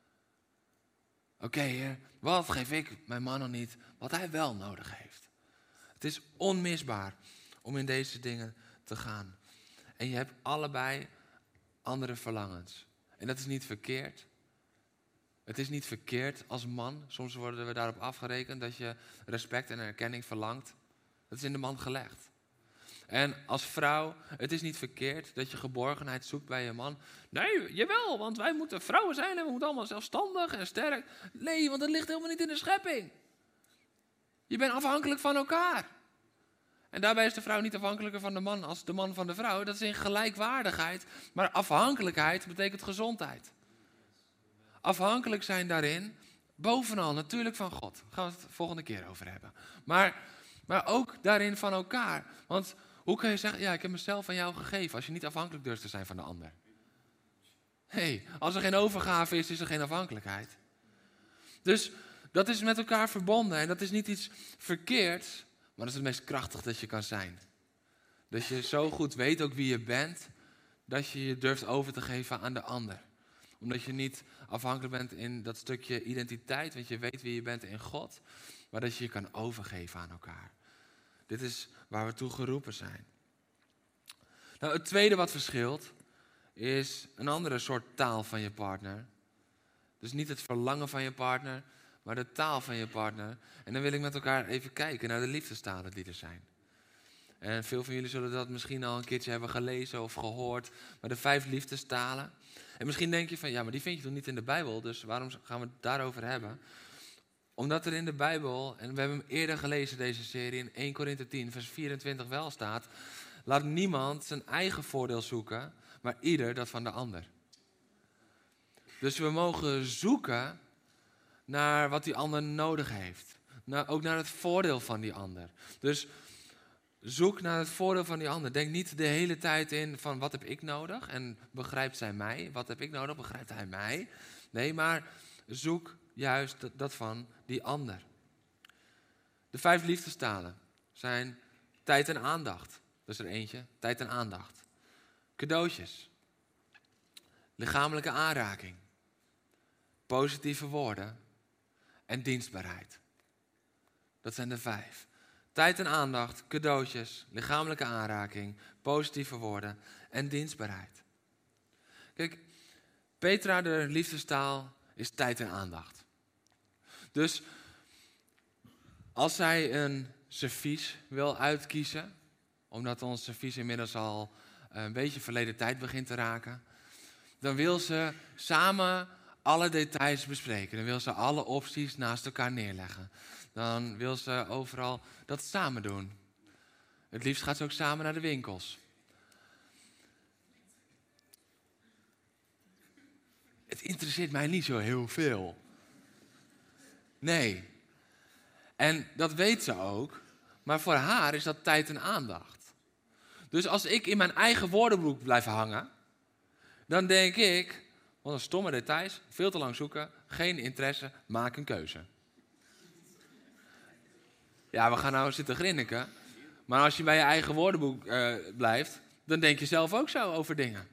Oké, okay, Heer, wat geef ik mijn man nog niet, wat hij wel nodig heeft? Het is onmisbaar om in deze dingen te gaan. En je hebt allebei andere verlangens. En dat is niet verkeerd. Het is niet verkeerd als man. Soms worden we daarop afgerekend dat je respect en erkenning verlangt. Dat is in de man gelegd. En als vrouw, het is niet verkeerd dat je geborgenheid zoekt bij je man. Nee, jawel, want wij moeten vrouwen zijn en we moeten allemaal zelfstandig en sterk. Nee, want dat ligt helemaal niet in de schepping. Je bent afhankelijk van elkaar. En daarbij is de vrouw niet afhankelijker van de man als de man van de vrouw. Dat is in gelijkwaardigheid. Maar afhankelijkheid betekent gezondheid. Afhankelijk zijn daarin, bovenal natuurlijk van God. Daar gaan we het de volgende keer over hebben. Maar, maar ook daarin van elkaar. Want hoe kun je zeggen, ja, ik heb mezelf aan jou gegeven als je niet afhankelijk durft te zijn van de ander? Hey, als er geen overgave is, is er geen afhankelijkheid. Dus dat is met elkaar verbonden en dat is niet iets verkeerds. Maar dat is het meest krachtig dat je kan zijn. Dat je zo goed weet ook wie je bent, dat je je durft over te geven aan de ander. Omdat je niet afhankelijk bent in dat stukje identiteit, want je weet wie je bent in God. Maar dat je je kan overgeven aan elkaar. Dit is waar we toe geroepen zijn. Nou, het tweede wat verschilt, is een andere soort taal van je partner. Dus niet het verlangen van je partner, maar de taal van je partner. En dan wil ik met elkaar even kijken naar de liefdestalen die er zijn. En veel van jullie zullen dat misschien al een keertje hebben gelezen of gehoord. Maar de vijf liefdestalen. En misschien denk je van, ja, maar die vind je toch niet in de Bijbel? Dus waarom gaan we het daarover hebben? Omdat er in de Bijbel, en we hebben hem eerder gelezen deze serie, in Eerste Korinthe tien, vers vierentwintig wel staat. Laat niemand zijn eigen voordeel zoeken, maar ieder dat van de ander. Dus we mogen zoeken naar wat die ander nodig heeft. naar, ook naar het voordeel van die ander. Dus zoek naar het voordeel van die ander. Denk niet de hele tijd in van wat heb ik nodig en begrijpt zij mij? Wat heb ik nodig, begrijpt hij mij? Nee, maar zoek juist dat, dat van die ander. De vijf liefdestalen zijn tijd en aandacht. Dat is er eentje, tijd en aandacht. Cadeautjes. Lichamelijke aanraking. Positieve woorden. En dienstbaarheid. Dat zijn de vijf. Tijd en aandacht, cadeautjes, lichamelijke aanraking, positieve woorden en dienstbaarheid. Kijk, Petra, de liefdestaal, is tijd en aandacht. Dus als zij een servies wil uitkiezen, omdat ons servies inmiddels al een beetje verleden tijd begint te raken, dan wil ze samen alle details bespreken. Dan wil ze alle opties naast elkaar neerleggen. Dan wil ze overal dat samen doen. Het liefst gaat ze ook samen naar de winkels. Het interesseert mij niet zo heel veel. Nee. En dat weet ze ook. Maar voor haar is dat tijd en aandacht. Dus als ik in mijn eigen woordenboek blijf hangen, dan denk ik, wat een stomme details, veel te lang zoeken, geen interesse, maak een keuze. Ja, we gaan nou zitten grinniken. Maar als je bij je eigen woordenboek uh, blijft, dan denk je zelf ook zo over dingen.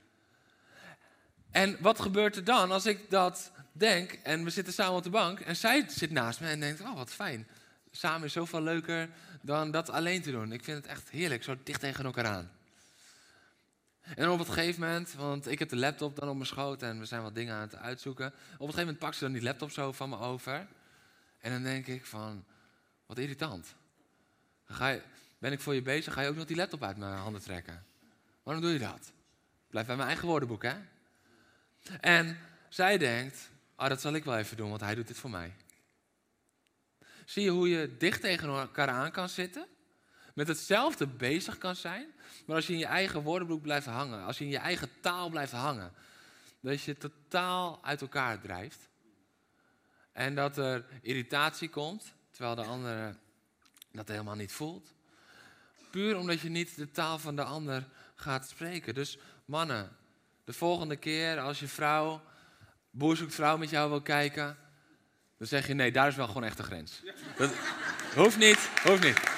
En wat gebeurt er dan als ik dat denk en we zitten samen op de bank en zij zit naast me en denkt, oh wat fijn. Samen is zoveel leuker dan dat alleen te doen. Ik vind het echt heerlijk, zo dicht tegen elkaar aan. En op het gegeven moment, want ik heb de laptop dan op mijn schoot en we zijn wat dingen aan het uitzoeken. Op het gegeven moment pakt ze dan die laptop zo van me over. En dan denk ik van, wat irritant. Dan ga je, ben ik voor je bezig, ga je ook nog die laptop uit mijn handen trekken. Waarom doe je dat? Blijf bij mijn eigen woordenboek, hè? En zij denkt, oh, dat zal ik wel even doen, want hij doet dit voor mij. Zie je hoe je dicht tegen elkaar aan kan zitten? Met hetzelfde bezig kan zijn. Maar als je in je eigen woordenboek blijft hangen, als je in je eigen taal blijft hangen, dat je totaal uit elkaar drijft. En dat er irritatie komt, terwijl de ander dat helemaal niet voelt. Puur omdat je niet de taal van de ander gaat spreken. Dus mannen, de volgende keer als je vrouw, boer zoekt vrouw met jou wil kijken, dan zeg je nee, daar is wel gewoon echt de grens. Dat hoeft niet, hoeft niet.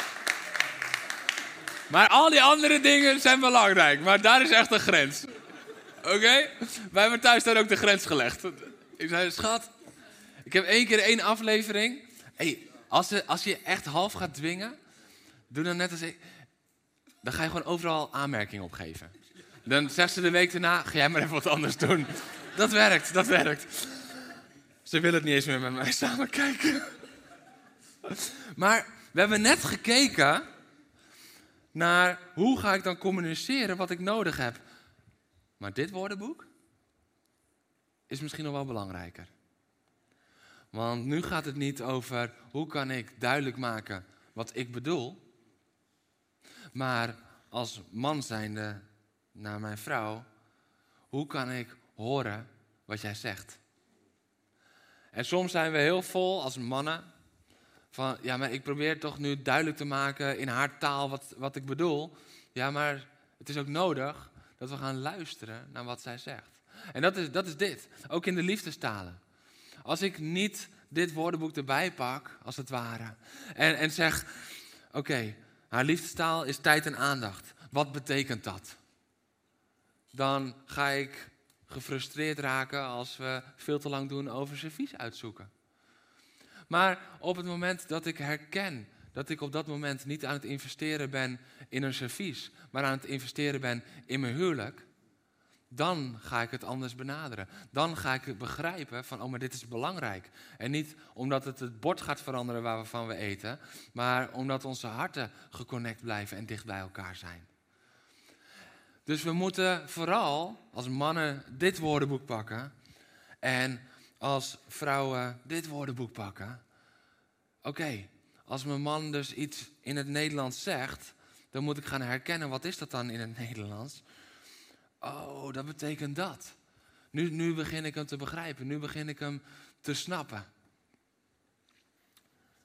Maar al die andere dingen zijn belangrijk, maar daar is echt een grens. Oké? Okay? Wij hebben thuis daar ook de grens gelegd. Ik zei, schat, ik heb één keer één aflevering. Hey, als, je, als je echt half gaat dwingen, doe dan net als ik. Dan ga je gewoon overal aanmerkingen op geven. Dan zegt ze de week daarna, ga jij maar even wat anders doen. Dat werkt, dat werkt. Ze wil het niet eens meer met mij samen kijken. Maar we hebben net gekeken naar hoe ga ik dan communiceren wat ik nodig heb. Maar dit woordenboek is misschien nog wel belangrijker. Want nu gaat het niet over hoe kan ik duidelijk maken wat ik bedoel. Maar als man zijnde naar mijn vrouw, hoe kan ik horen wat jij zegt? En soms zijn we heel vol als mannen van, ja, maar ik probeer toch nu duidelijk te maken in haar taal wat, wat ik bedoel. Ja, maar het is ook nodig dat we gaan luisteren naar wat zij zegt. En dat is, dat is dit, ook in de liefdestalen. Als ik niet dit woordenboek erbij pak, als het ware, en, en zeg, oké, okay, haar liefdestaal is tijd en aandacht. Wat betekent dat? Dan ga ik gefrustreerd raken als we veel te lang doen over servies uitzoeken. Maar op het moment dat ik herken dat ik op dat moment niet aan het investeren ben in een servies, maar aan het investeren ben in mijn huwelijk, dan ga ik het anders benaderen. Dan ga ik het begrijpen van, oh, maar dit is belangrijk. En niet omdat het het bord gaat veranderen waarvan we eten, maar omdat onze harten geconnect blijven en dicht bij elkaar zijn. Dus we moeten vooral als mannen dit woordenboek pakken en als vrouwen dit woordenboek pakken. Oké, okay, als mijn man dus iets in het Nederlands zegt, dan moet ik gaan herkennen, wat is dat dan in het Nederlands? Oh, dat betekent dat. Nu, nu begin ik hem te begrijpen, nu begin ik hem te snappen.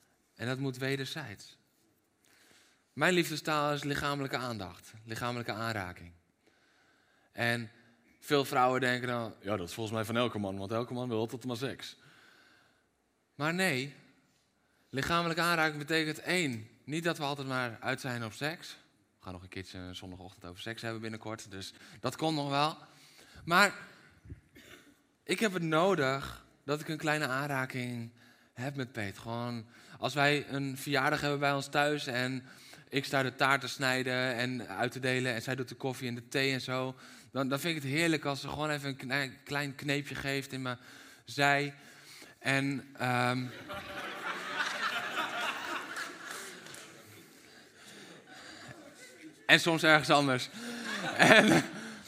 En dat moet wederzijds. Mijn liefdestaal is lichamelijke aandacht, lichamelijke aanraking. En veel vrouwen denken dan, ja, dat is volgens mij van elke man, want elke man wil altijd maar seks. Maar nee, lichamelijke aanraking betekent één, niet dat we altijd maar uit zijn op seks. We gaan nog een keertje een zondagochtend over seks hebben binnenkort, dus dat komt nog wel. Maar ik heb het nodig dat ik een kleine aanraking heb met Peet. Gewoon, als wij een verjaardag hebben bij ons thuis en ik sta de taart te snijden en uit te delen en zij doet de koffie en de thee en zo. Dan, dan vind ik het heerlijk als ze gewoon even een klein, klein kneepje geeft in mijn zij. En um, en soms ergens anders. en,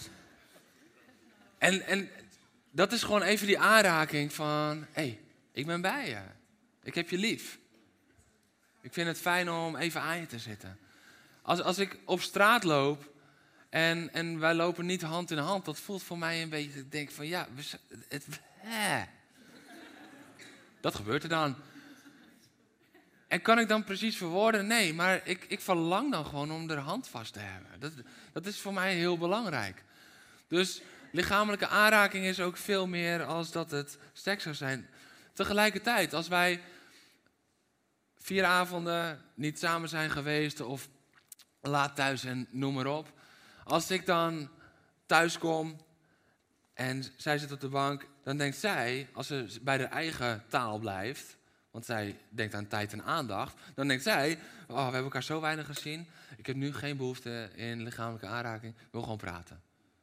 en, en dat is gewoon even die aanraking van, hé, hey, ik ben bij je. Ik heb je lief. Ik vind het fijn om even aan je te zitten. Als, als ik op straat loop en, en wij lopen niet hand in hand, dat voelt voor mij een beetje, ik denk van ja, we, het, hè. Dat gebeurt er dan. En kan ik dan precies verwoorden? Nee, maar ik, ik verlang dan gewoon om de hand vast te hebben. Dat, dat is voor mij heel belangrijk. Dus lichamelijke aanraking is ook veel meer als dat het seks zou zijn. Tegelijkertijd, als wij vier avonden niet samen zijn geweest of laat thuis en noem maar op. Als ik dan thuis kom en zij zit op de bank, dan denkt zij, als ze bij haar eigen taal blijft, want zij denkt aan tijd en aandacht, dan denkt zij, oh, we hebben elkaar zo weinig gezien, ik heb nu geen behoefte in lichamelijke aanraking, ik wil gewoon praten.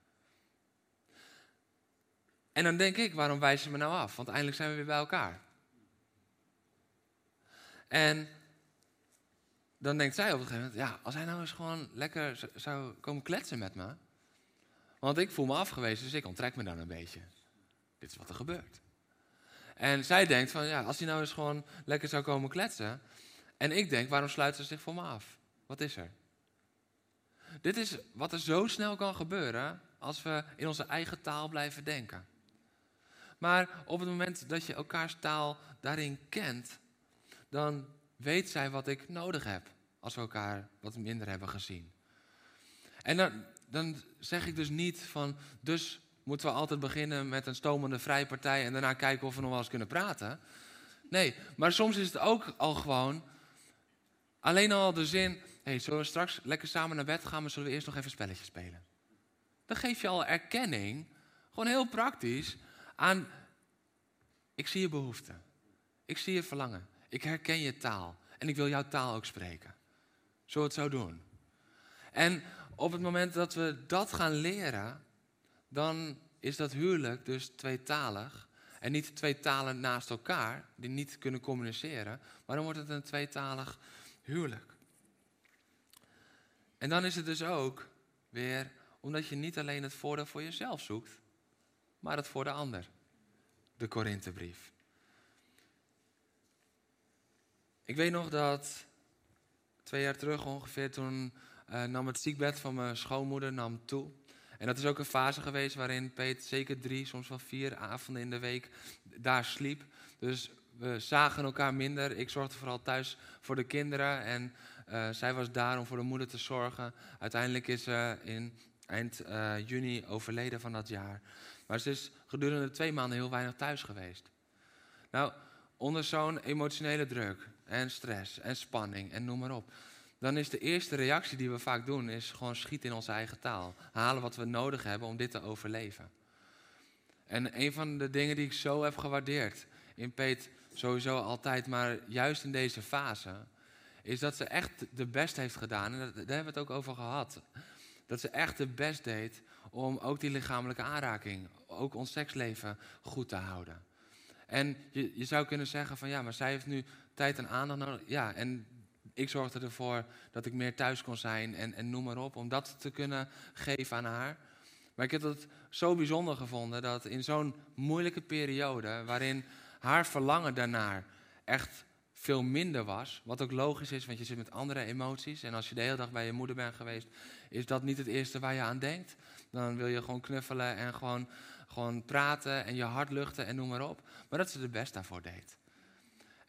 En dan denk ik, waarom wijst ze me nou af? Want eindelijk zijn we weer bij elkaar. En dan denkt zij op een gegeven moment, ja, als hij nou eens gewoon lekker zou komen kletsen met me. Want ik voel me afgewezen, dus ik onttrek me dan een beetje. Dit is wat er gebeurt. En zij denkt van, ja, als hij nou eens gewoon lekker zou komen kletsen. En ik denk, waarom sluit ze zich voor me af? Wat is er? Dit is wat er zo snel kan gebeuren als we in onze eigen taal blijven denken. Maar op het moment dat je elkaars taal daarin kent, dan weet zij wat ik nodig heb als we elkaar wat minder hebben gezien. En dan, dan zeg ik dus niet van, dus moeten we altijd beginnen met een stomende vrijpartij en daarna kijken of we nog wel eens kunnen praten. Nee, maar soms is het ook al gewoon, alleen al de zin, hey, zullen we straks lekker samen naar bed gaan, maar zullen we eerst nog even spelletjes spelen? Dan geef je al erkenning, gewoon heel praktisch, aan, ik zie je behoefte. Ik zie je verlangen. Ik herken je taal. En ik wil jouw taal ook spreken. Zullen we het zo doen? En op het moment dat we dat gaan leren, dan is dat huwelijk dus tweetalig. En niet twee talen naast elkaar, die niet kunnen communiceren. Maar dan wordt het een tweetalig huwelijk. En dan is het dus ook weer, omdat je niet alleen het voordeel voor jezelf zoekt, maar het voor de ander. De Korinthebrief. Ik weet nog dat twee jaar terug ongeveer, toen uh, nam het ziekbed van mijn schoonmoeder nam toe. En dat is ook een fase geweest waarin Peet zeker drie, soms wel vier avonden in de week daar sliep. Dus we zagen elkaar minder. Ik zorgde vooral thuis voor de kinderen en uh, zij was daar om voor de moeder te zorgen. Uiteindelijk is ze in eind uh, juni overleden van dat jaar. Maar ze is gedurende twee maanden heel weinig thuis geweest. Nou, onder zo'n emotionele druk en stress en spanning en noem maar op. Dan is de eerste reactie die we vaak doen, is gewoon schieten in onze eigen taal. Halen wat we nodig hebben om dit te overleven. En een van de dingen die ik zo heb gewaardeerd, in Peet sowieso altijd, maar juist in deze fase, is dat ze echt de best heeft gedaan. En daar hebben we het ook over gehad. Dat ze echt de best deed om ook die lichamelijke aanraking, ook ons seksleven goed te houden. En je, je zou kunnen zeggen van ja, maar zij heeft nu tijd en aandacht nodig. Ja, en ik zorgde ervoor dat ik meer thuis kon zijn en, en noem maar op, om dat te kunnen geven aan haar. Maar ik heb het zo bijzonder gevonden dat in zo'n moeilijke periode, waarin haar verlangen daarnaar echt veel minder was, wat ook logisch is, want je zit met andere emoties. En als je de hele dag bij je moeder bent geweest, is dat niet het eerste waar je aan denkt. Dan wil je gewoon knuffelen en gewoon, gewoon praten en je hart luchten en noem maar op. Maar dat ze de best daarvoor deed.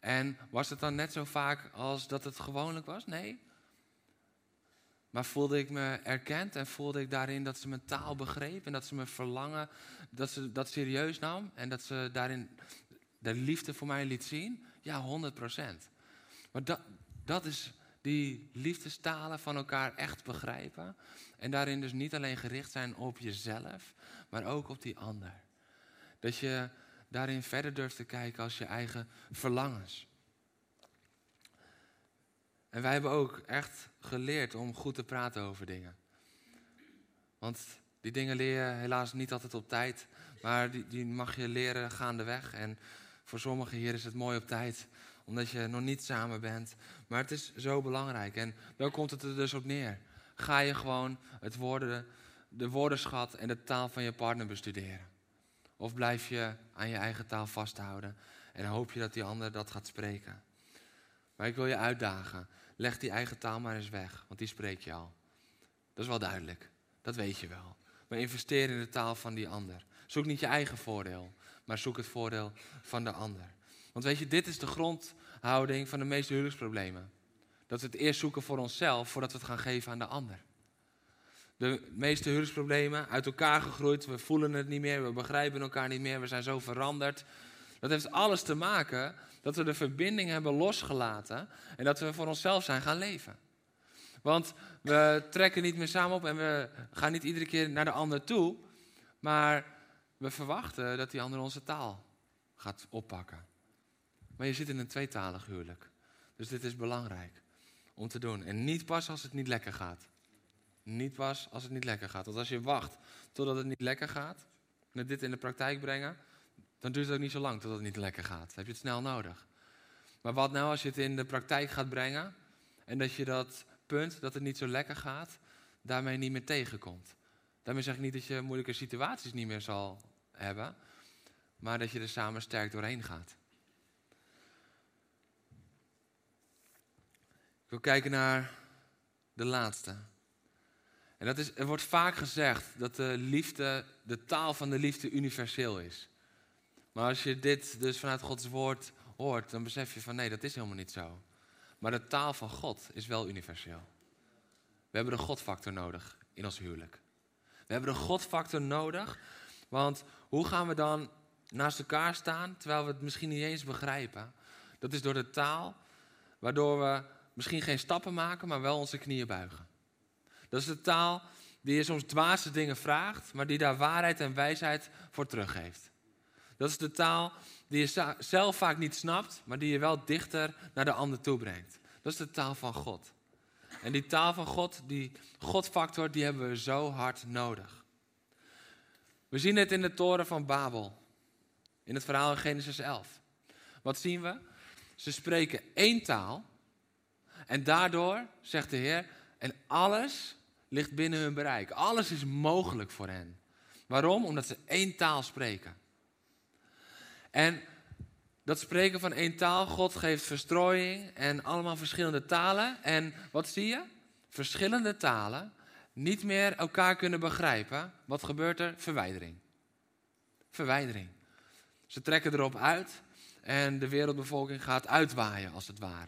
En was het dan net zo vaak als dat het gewoonlijk was? Nee. Maar voelde ik me erkend en voelde ik daarin dat ze mijn taal begreep en dat ze mijn verlangen, dat ze dat serieus nam en dat ze daarin de liefde voor mij liet zien? Ja, honderd procent. Maar dat, dat is die liefdestalen van elkaar echt begrijpen en daarin dus niet alleen gericht zijn op jezelf, maar ook op die ander. Dat je daarin verder durft te kijken als je eigen verlangens. En wij hebben ook echt geleerd om goed te praten over dingen. Want die dingen leer je helaas niet altijd op tijd. Maar die, die mag je leren gaandeweg. En voor sommigen hier is het mooi op tijd. Omdat je nog niet samen bent. Maar het is zo belangrijk. En dan komt het er dus op neer. Ga je gewoon het woorden, de woordenschat en de taal van je partner bestuderen. Of blijf je aan je eigen taal vasthouden. En hoop je dat die ander dat gaat spreken. Maar ik wil je uitdagen. Leg die eigen taal maar eens weg, want die spreek je al. Dat is wel duidelijk, dat weet je wel. Maar investeer in de taal van die ander. Zoek niet je eigen voordeel, maar zoek het voordeel van de ander. Want weet je, dit is de grondhouding van de meeste huwelijksproblemen. Dat we het eerst zoeken voor onszelf, voordat we het gaan geven aan de ander. De meeste huwelijksproblemen, uit elkaar gegroeid, we voelen het niet meer, we begrijpen elkaar niet meer, we zijn zo veranderd. Dat heeft alles te maken dat we de verbinding hebben losgelaten en dat we voor onszelf zijn gaan leven. Want we trekken niet meer samen op en we gaan niet iedere keer naar de ander toe, maar we verwachten dat die ander onze taal gaat oppakken. Maar je zit in een tweetalig huwelijk, dus dit is belangrijk om te doen. En niet pas als het niet lekker gaat. Niet pas als het niet lekker gaat. Want als je wacht totdat het niet lekker gaat, met dit in de praktijk brengen, dan duurt het ook niet zo lang totdat het niet lekker gaat. Dan heb je het snel nodig. Maar wat nou als je het in de praktijk gaat brengen en dat je dat punt, dat het niet zo lekker gaat, daarmee niet meer tegenkomt. Daarmee zeg ik niet dat je moeilijke situaties niet meer zal hebben, maar dat je er samen sterk doorheen gaat. Ik wil kijken naar de laatste. En dat is, er wordt vaak gezegd dat de liefde, de taal van de liefde universeel is. Maar als je dit dus vanuit Gods woord hoort, dan besef je van nee, dat is helemaal niet zo. Maar de taal van God is wel universeel. We hebben de Godfactor nodig in ons huwelijk. We hebben de Godfactor nodig, want hoe gaan we dan naast elkaar staan, terwijl we het misschien niet eens begrijpen? Dat is door de taal, waardoor we misschien geen stappen maken, maar wel onze knieën buigen. Dat is de taal die je soms dwaze dingen vraagt, maar die daar waarheid en wijsheid voor teruggeeft. Dat is de taal die je zelf vaak niet snapt, maar die je wel dichter naar de ander toe brengt. Dat is de taal van God. En die taal van God, die Godfactor, die hebben we zo hard nodig. We zien het in de toren van Babel. In het verhaal in Genesis elf. Wat zien we? Ze spreken één taal. En daardoor, zegt de Heer, en alles ligt binnen hun bereik. Alles is mogelijk voor hen. Waarom? Omdat ze één taal spreken. En dat spreken van één taal, God geeft verstrooiing en allemaal verschillende talen. En wat zie je? Verschillende talen, niet meer elkaar kunnen begrijpen. Wat gebeurt er? Verwijdering. Verwijdering. Ze trekken erop uit en de wereldbevolking gaat uitwaaien als het ware.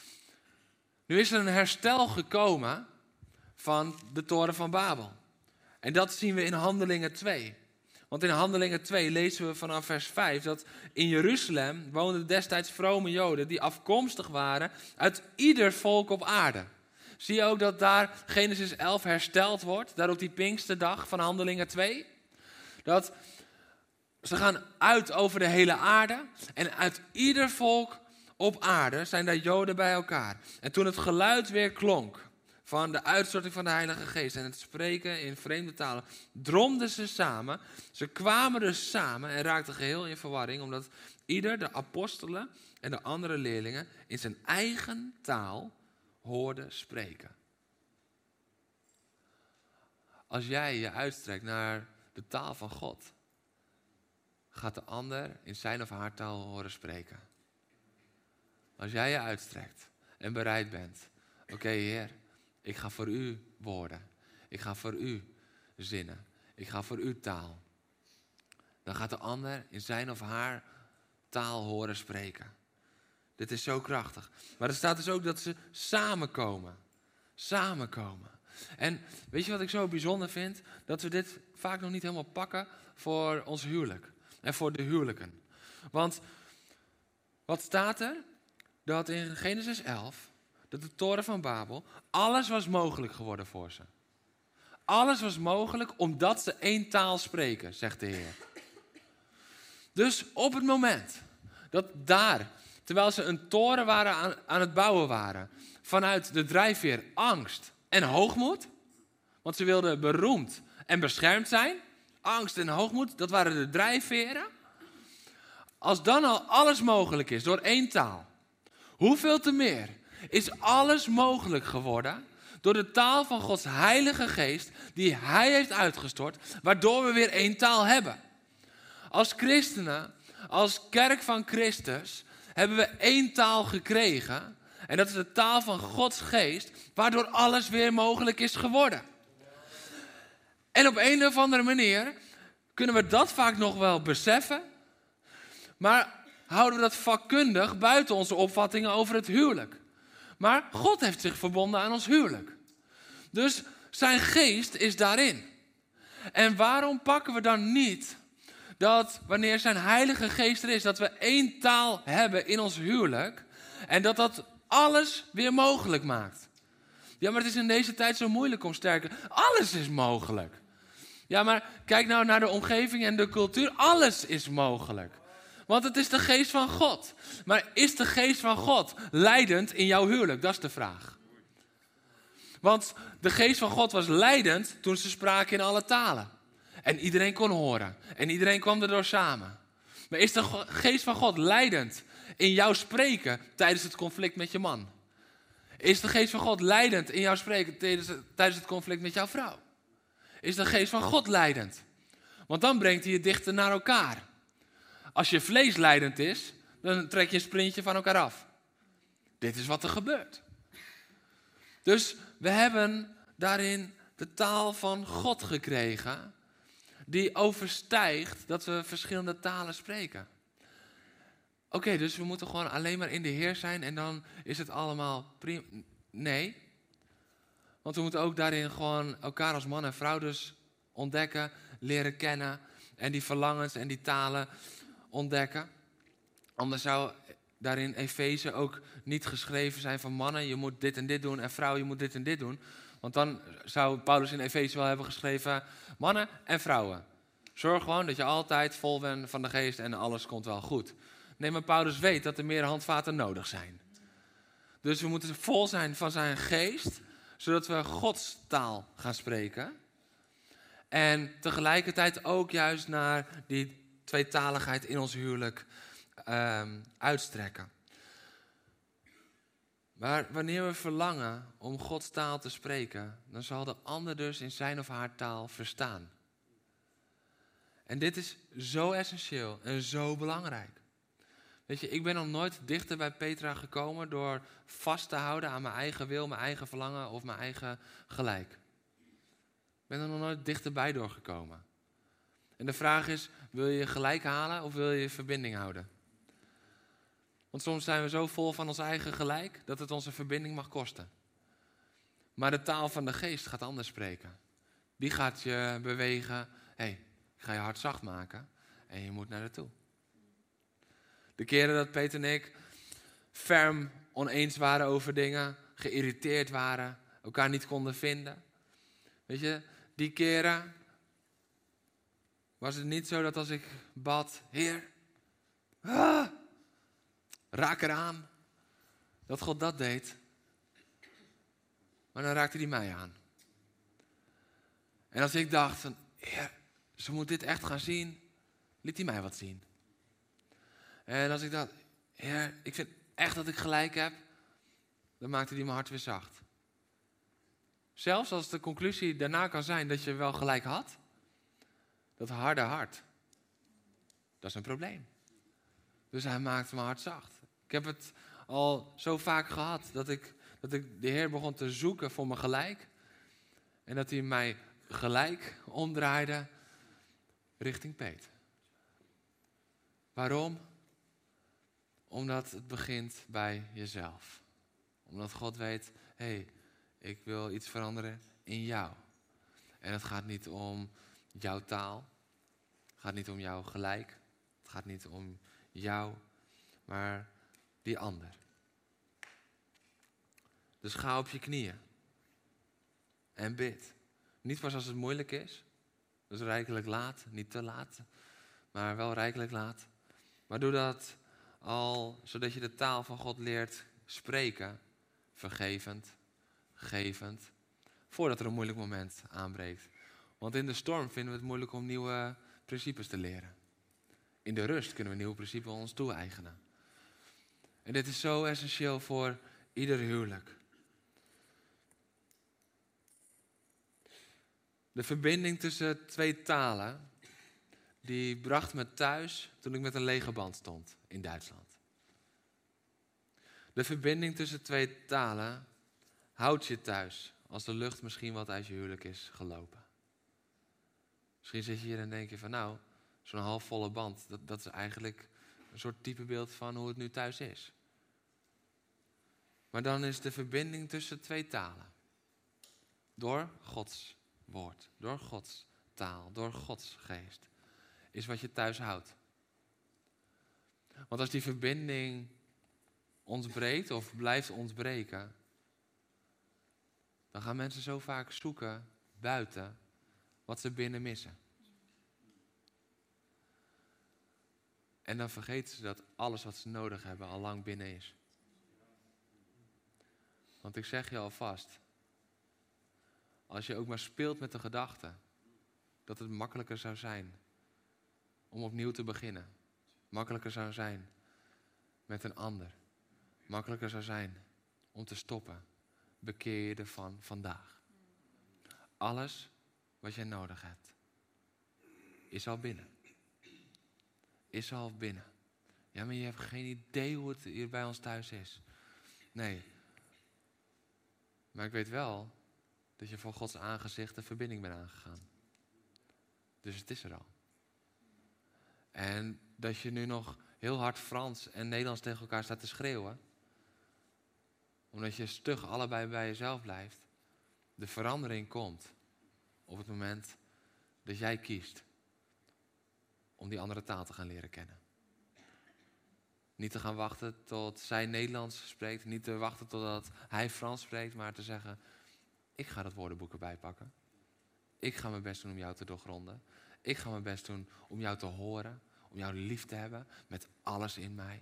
Nu is er een herstel gekomen van de toren van Babel. En dat zien we in Handelingen twee. Want in Handelingen twee lezen we vanaf vers vijf dat in Jeruzalem woonden destijds vrome Joden die afkomstig waren uit ieder volk op aarde. Zie je ook dat daar Genesis elf hersteld wordt, daar op die Pinksterdag van Handelingen twee? Dat ze gaan uit over de hele aarde en uit ieder volk op aarde zijn daar Joden bij elkaar. En toen het geluid weer klonk van de uitstorting van de Heilige Geest en het spreken in vreemde talen, dromden ze samen. Ze kwamen dus samen en raakten geheel in verwarring, omdat ieder, de apostelen en de andere leerlingen, in zijn eigen taal hoorde spreken. Als jij je uitstrekt naar de taal van God, gaat de ander in zijn of haar taal horen spreken. Als jij je uitstrekt en bereid bent, oké okay, Heer, ik ga voor u woorden. Ik ga voor u zinnen. Ik ga voor uw taal. Dan gaat de ander in zijn of haar taal horen spreken. Dit is zo krachtig. Maar er staat dus ook dat ze samenkomen. Samenkomen. En weet je wat ik zo bijzonder vind? Dat we dit vaak nog niet helemaal pakken voor ons huwelijk. En voor de huwelijken. Want wat staat er? Dat in Genesis elf, dat de toren van Babel, alles was mogelijk geworden voor ze. Alles was mogelijk omdat ze één taal spreken, zegt de Heer. Dus op het moment dat daar, terwijl ze een toren waren aan, aan het bouwen waren, vanuit de drijfveer angst en hoogmoed, want ze wilden beroemd en beschermd zijn, angst en hoogmoed, dat waren de drijfveren. Als dan al alles mogelijk is door één taal, hoeveel te meer is alles mogelijk geworden door de taal van Gods Heilige Geest die Hij heeft uitgestort, waardoor we weer één taal hebben. Als christenen, als kerk van Christus, hebben we één taal gekregen. En dat is de taal van Gods Geest, waardoor alles weer mogelijk is geworden. En op een of andere manier kunnen we dat vaak nog wel beseffen, maar houden we dat vakkundig buiten onze opvattingen over het huwelijk. Maar God heeft zich verbonden aan ons huwelijk. Dus zijn geest is daarin. En waarom pakken we dan niet dat wanneer zijn Heilige Geest er is, dat we één taal hebben in ons huwelijk en dat dat alles weer mogelijk maakt? Ja, maar het is in deze tijd zo moeilijk om sterker. Alles is mogelijk. Ja, maar kijk nou naar de omgeving en de cultuur. Alles is mogelijk. Want het is de geest van God. Maar is de geest van God leidend in jouw huwelijk? Dat is de vraag. Want de geest van God was leidend toen ze spraken in alle talen. En iedereen kon horen. En iedereen kwam erdoor samen. Maar is de geest van God leidend in jouw spreken tijdens het conflict met je man? Is de geest van God leidend in jouw spreken tijdens het conflict met jouw vrouw? Is de geest van God leidend? Want dan brengt hij je dichter naar elkaar. Als je vlees leidend is, dan trek je een sprintje van elkaar af. Dit is wat er gebeurt. Dus we hebben daarin de taal van God gekregen, die overstijgt dat we verschillende talen spreken. Oké, okay, dus we moeten gewoon alleen maar in de Heer zijn en dan is het allemaal prima. Nee. Want we moeten ook daarin gewoon elkaar als man en vrouw dus ontdekken, leren kennen en die verlangens en die talen ontdekken. Anders zou daarin Efeze ook niet geschreven zijn van mannen, je moet dit en dit doen en vrouwen, je moet dit en dit doen. Want dan zou Paulus in Efeze wel hebben geschreven, mannen en vrouwen. Zorg gewoon dat je altijd vol bent van de geest en alles komt wel goed. Nee, maar Paulus weet dat er meer handvaten nodig zijn. Dus we moeten vol zijn van zijn geest, zodat we Gods taal gaan spreken. En tegelijkertijd ook juist naar die tweetaligheid in ons huwelijk um, uitstrekken. Maar wanneer we verlangen om Gods taal te spreken, dan zal de ander dus in zijn of haar taal verstaan. En dit is zo essentieel en zo belangrijk. Weet je, ik ben nog nooit dichter bij Petra gekomen door vast te houden aan mijn eigen wil, mijn eigen verlangen of mijn eigen gelijk. Ik ben er nog nooit dichterbij doorgekomen. En de vraag is, wil je gelijk halen of wil je je verbinding houden? Want soms zijn we zo vol van ons eigen gelijk dat het onze verbinding mag kosten. Maar de taal van de geest gaat anders spreken. Die gaat je bewegen, hé, hey, ik ga je hart zacht maken en je moet naar naartoe. De keren dat Peter en ik ferm oneens waren over dingen, geïrriteerd waren, elkaar niet konden vinden. Weet je, die keren was het niet zo dat als ik bad, Heer, ah, raak eraan, dat God dat deed. Maar dan raakte hij mij aan. En als ik dacht, van, Heer, ze moet dit echt gaan zien, liet hij mij wat zien. En als ik dacht, Heer, ik vind echt dat ik gelijk heb, dan maakte hij mijn hart weer zacht. Zelfs als de conclusie daarna kan zijn dat je wel gelijk had, dat harde hart, dat is een probleem. Dus hij maakte mijn hart zacht. Ik heb het al zo vaak gehad dat ik, dat ik de Heer begon te zoeken voor mijn gelijk. En dat hij mij gelijk omdraaide richting Peet. Waarom? Omdat het begint bij jezelf. Omdat God weet, hé, hey, ik wil iets veranderen in jou. En het gaat niet om jouw taal. Het gaat niet om jouw gelijk. Het gaat niet om jou, maar die ander. Dus ga op je knieën. En bid. Niet pas als het moeilijk is. Dus rijkelijk laat, niet te laat. Maar wel rijkelijk laat. Maar doe dat al, zodat je de taal van God leert spreken. Vergevend, gevend. Voordat er een moeilijk moment aanbreekt. Want in de storm vinden we het moeilijk om nieuwe principes te leren. In de rust kunnen we nieuwe principes ons toe-eigenen. En dit is zo essentieel voor ieder huwelijk. De verbinding tussen twee talen, die bracht me thuis toen ik met een lege band stond in Duitsland. De verbinding tussen twee talen houdt je thuis als de lucht misschien wat uit je huwelijk is gelopen. Misschien zit je hier en denk je van nou, zo'n halfvolle band, dat, dat is eigenlijk een soort typebeeld van hoe het nu thuis is. Maar dan is de verbinding tussen twee talen. Door Gods woord, door Gods taal, door Gods geest, is wat je thuis houdt. Want als die verbinding ontbreekt of blijft ontbreken, dan gaan mensen zo vaak zoeken buiten wat ze binnen missen. En dan vergeten ze dat alles wat ze nodig hebben al lang binnen is. Want ik zeg je alvast, als je ook maar speelt met de gedachte dat het makkelijker zou zijn om opnieuw te beginnen. Makkelijker zou zijn met een ander. Makkelijker zou zijn om te stoppen. Bekeer je ervan vandaag. Alles wat jij nodig hebt is al binnen. Is al binnen. Ja, maar je hebt geen idee hoe het hier bij ons thuis is. Nee. Maar ik weet wel dat je voor Gods aangezicht een verbinding bent aangegaan. Dus het is er al. En dat je nu nog heel hard Frans en Nederlands tegen elkaar staat te schreeuwen. Omdat je stug allebei bij jezelf blijft. De verandering komt op het moment dat jij kiest om die andere taal te gaan leren kennen. Niet te gaan wachten tot zij Nederlands spreekt. Niet te wachten totdat hij Frans spreekt. Maar te zeggen, ik ga dat woordenboek erbij pakken. Ik ga mijn best doen om jou te doorgronden. Ik ga mijn best doen om jou te horen. Om jou lief te hebben met alles in mij.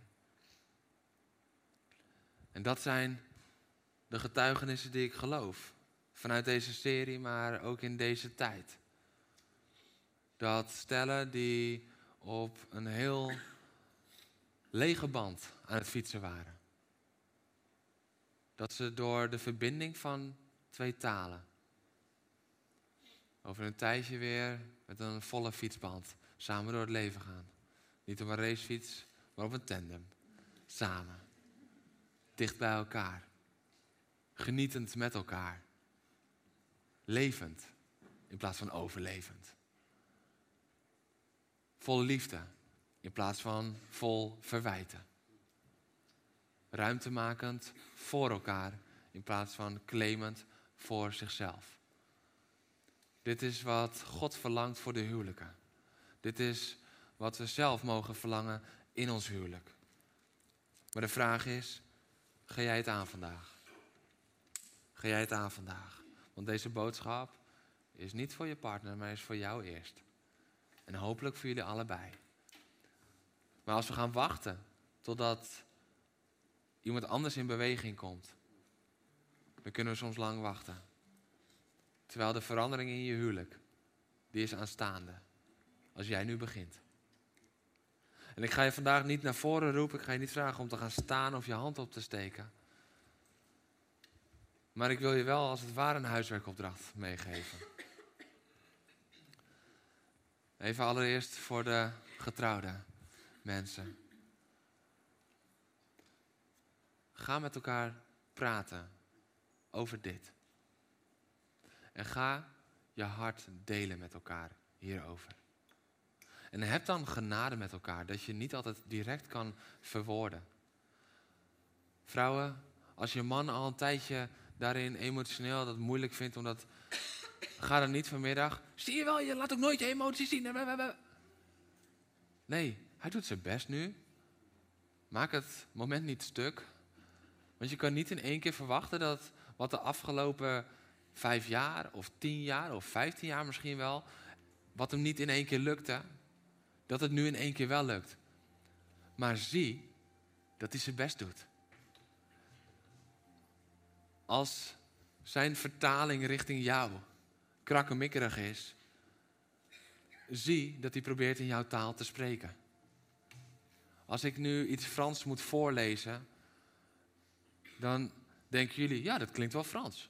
En dat zijn de getuigenissen die ik geloof. Vanuit deze serie, maar ook in deze tijd. Dat stellen die op een heel lege band aan het fietsen waren. Dat ze door de verbinding van twee talen over een tijdje weer met een volle fietsband samen door het leven gaan. Niet op een racefiets, maar op een tandem. Samen. Dicht bij elkaar. Genietend met elkaar. Levend in plaats van overlevend. Vol liefde in plaats van vol verwijten. Ruimtemakend voor elkaar in plaats van claimend voor zichzelf. Dit is wat God verlangt voor de huwelijken. Dit is wat we zelf mogen verlangen in ons huwelijk. Maar de vraag is, ga jij het aan vandaag? Ga jij het aan vandaag? Want deze boodschap is niet voor je partner, maar is voor jou eerst. En hopelijk voor jullie allebei. Maar als we gaan wachten totdat iemand anders in beweging komt, dan kunnen we soms lang wachten. Terwijl de verandering in je huwelijk, die is aanstaande. Als jij nu begint. En ik ga je vandaag niet naar voren roepen. Ik ga je niet vragen om te gaan staan of je hand op te steken. Maar ik wil je wel als het ware een huiswerkopdracht meegeven. Even allereerst voor de getrouwde mensen. Ga met elkaar praten over dit. En ga je hart delen met elkaar hierover. En heb dan genade met elkaar, dat je niet altijd direct kan verwoorden Vrouwen, als je man al een tijdje daarin emotioneel dat moeilijk vindt, omdat ga dan niet vanmiddag. Zie je wel, je laat ook nooit je emoties zien. Nee, hij doet zijn best nu. Maak het moment niet stuk. Want je kan niet in één keer verwachten dat wat de afgelopen vijf jaar of tien jaar of vijftien jaar misschien wel, wat hem niet in één keer lukte, dat het nu in één keer wel lukt. Maar zie dat hij zijn best doet. Als zijn vertaling richting jou krakkemikkerig is, zie dat hij probeert in jouw taal te spreken. Als ik nu iets Frans moet voorlezen, dan denken jullie, ja, dat klinkt wel Frans.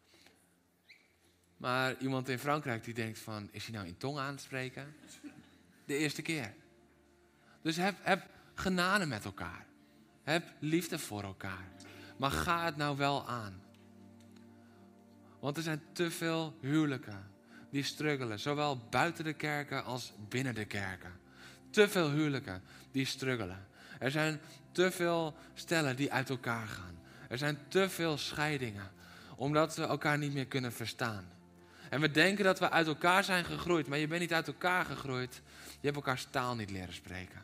Maar iemand in Frankrijk die denkt van, is hij nou in tong aan het spreken? De eerste keer. Dus heb, heb genade met elkaar. Heb liefde voor elkaar. Maar ga het nou wel aan. Want er zijn te veel huwelijken die struggelen. Zowel buiten de kerken als binnen de kerken. Te veel huwelijken die struggelen. Er zijn te veel stellen die uit elkaar gaan. Er zijn te veel scheidingen. Omdat we elkaar niet meer kunnen verstaan. En we denken dat we uit elkaar zijn gegroeid. Maar je bent niet uit elkaar gegroeid. Je hebt elkaars taal niet leren spreken.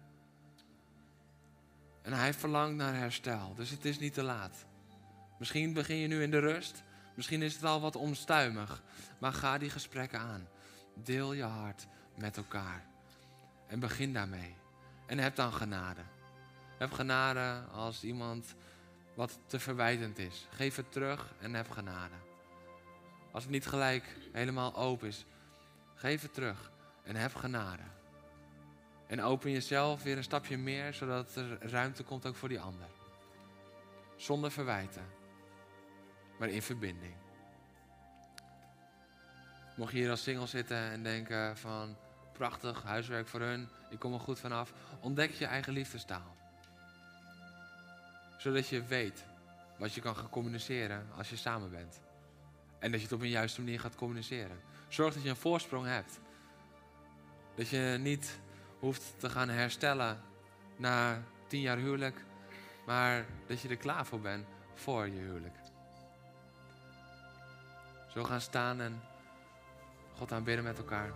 En hij verlangt naar herstel. Dus het is niet te laat. Misschien begin je nu in de rust. Misschien is het al wat onstuimig. Maar ga die gesprekken aan. Deel je hart met elkaar. En begin daarmee. En heb dan genade. Heb genade als iemand wat te verwijtend is. Geef het terug en heb genade. Als het niet gelijk helemaal open is. Geef het terug en heb genade. En open jezelf weer een stapje meer, zodat er ruimte komt ook voor die ander. Zonder verwijten. Maar in verbinding. Mocht je hier als single zitten en denken van, prachtig, huiswerk voor hun, ik kom er goed vanaf. Ontdek je eigen liefdestaal. Zodat je weet wat je kan gaan communiceren als je samen bent. En dat je het op een juiste manier gaat communiceren. Zorg dat je een voorsprong hebt. Dat je niet hoeft te gaan herstellen na tien jaar huwelijk. Maar dat je er klaar voor bent voor je huwelijk. Zo gaan staan en God aanbidden met elkaar.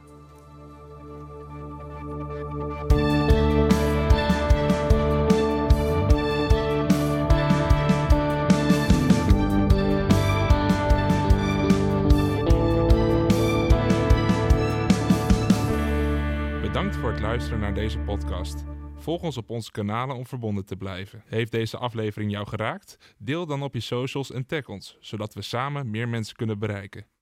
Bedankt voor het luisteren naar deze podcast. Volg ons op onze kanalen om verbonden te blijven. Heeft deze aflevering jou geraakt? Deel dan op je socials en tag ons, zodat we samen meer mensen kunnen bereiken.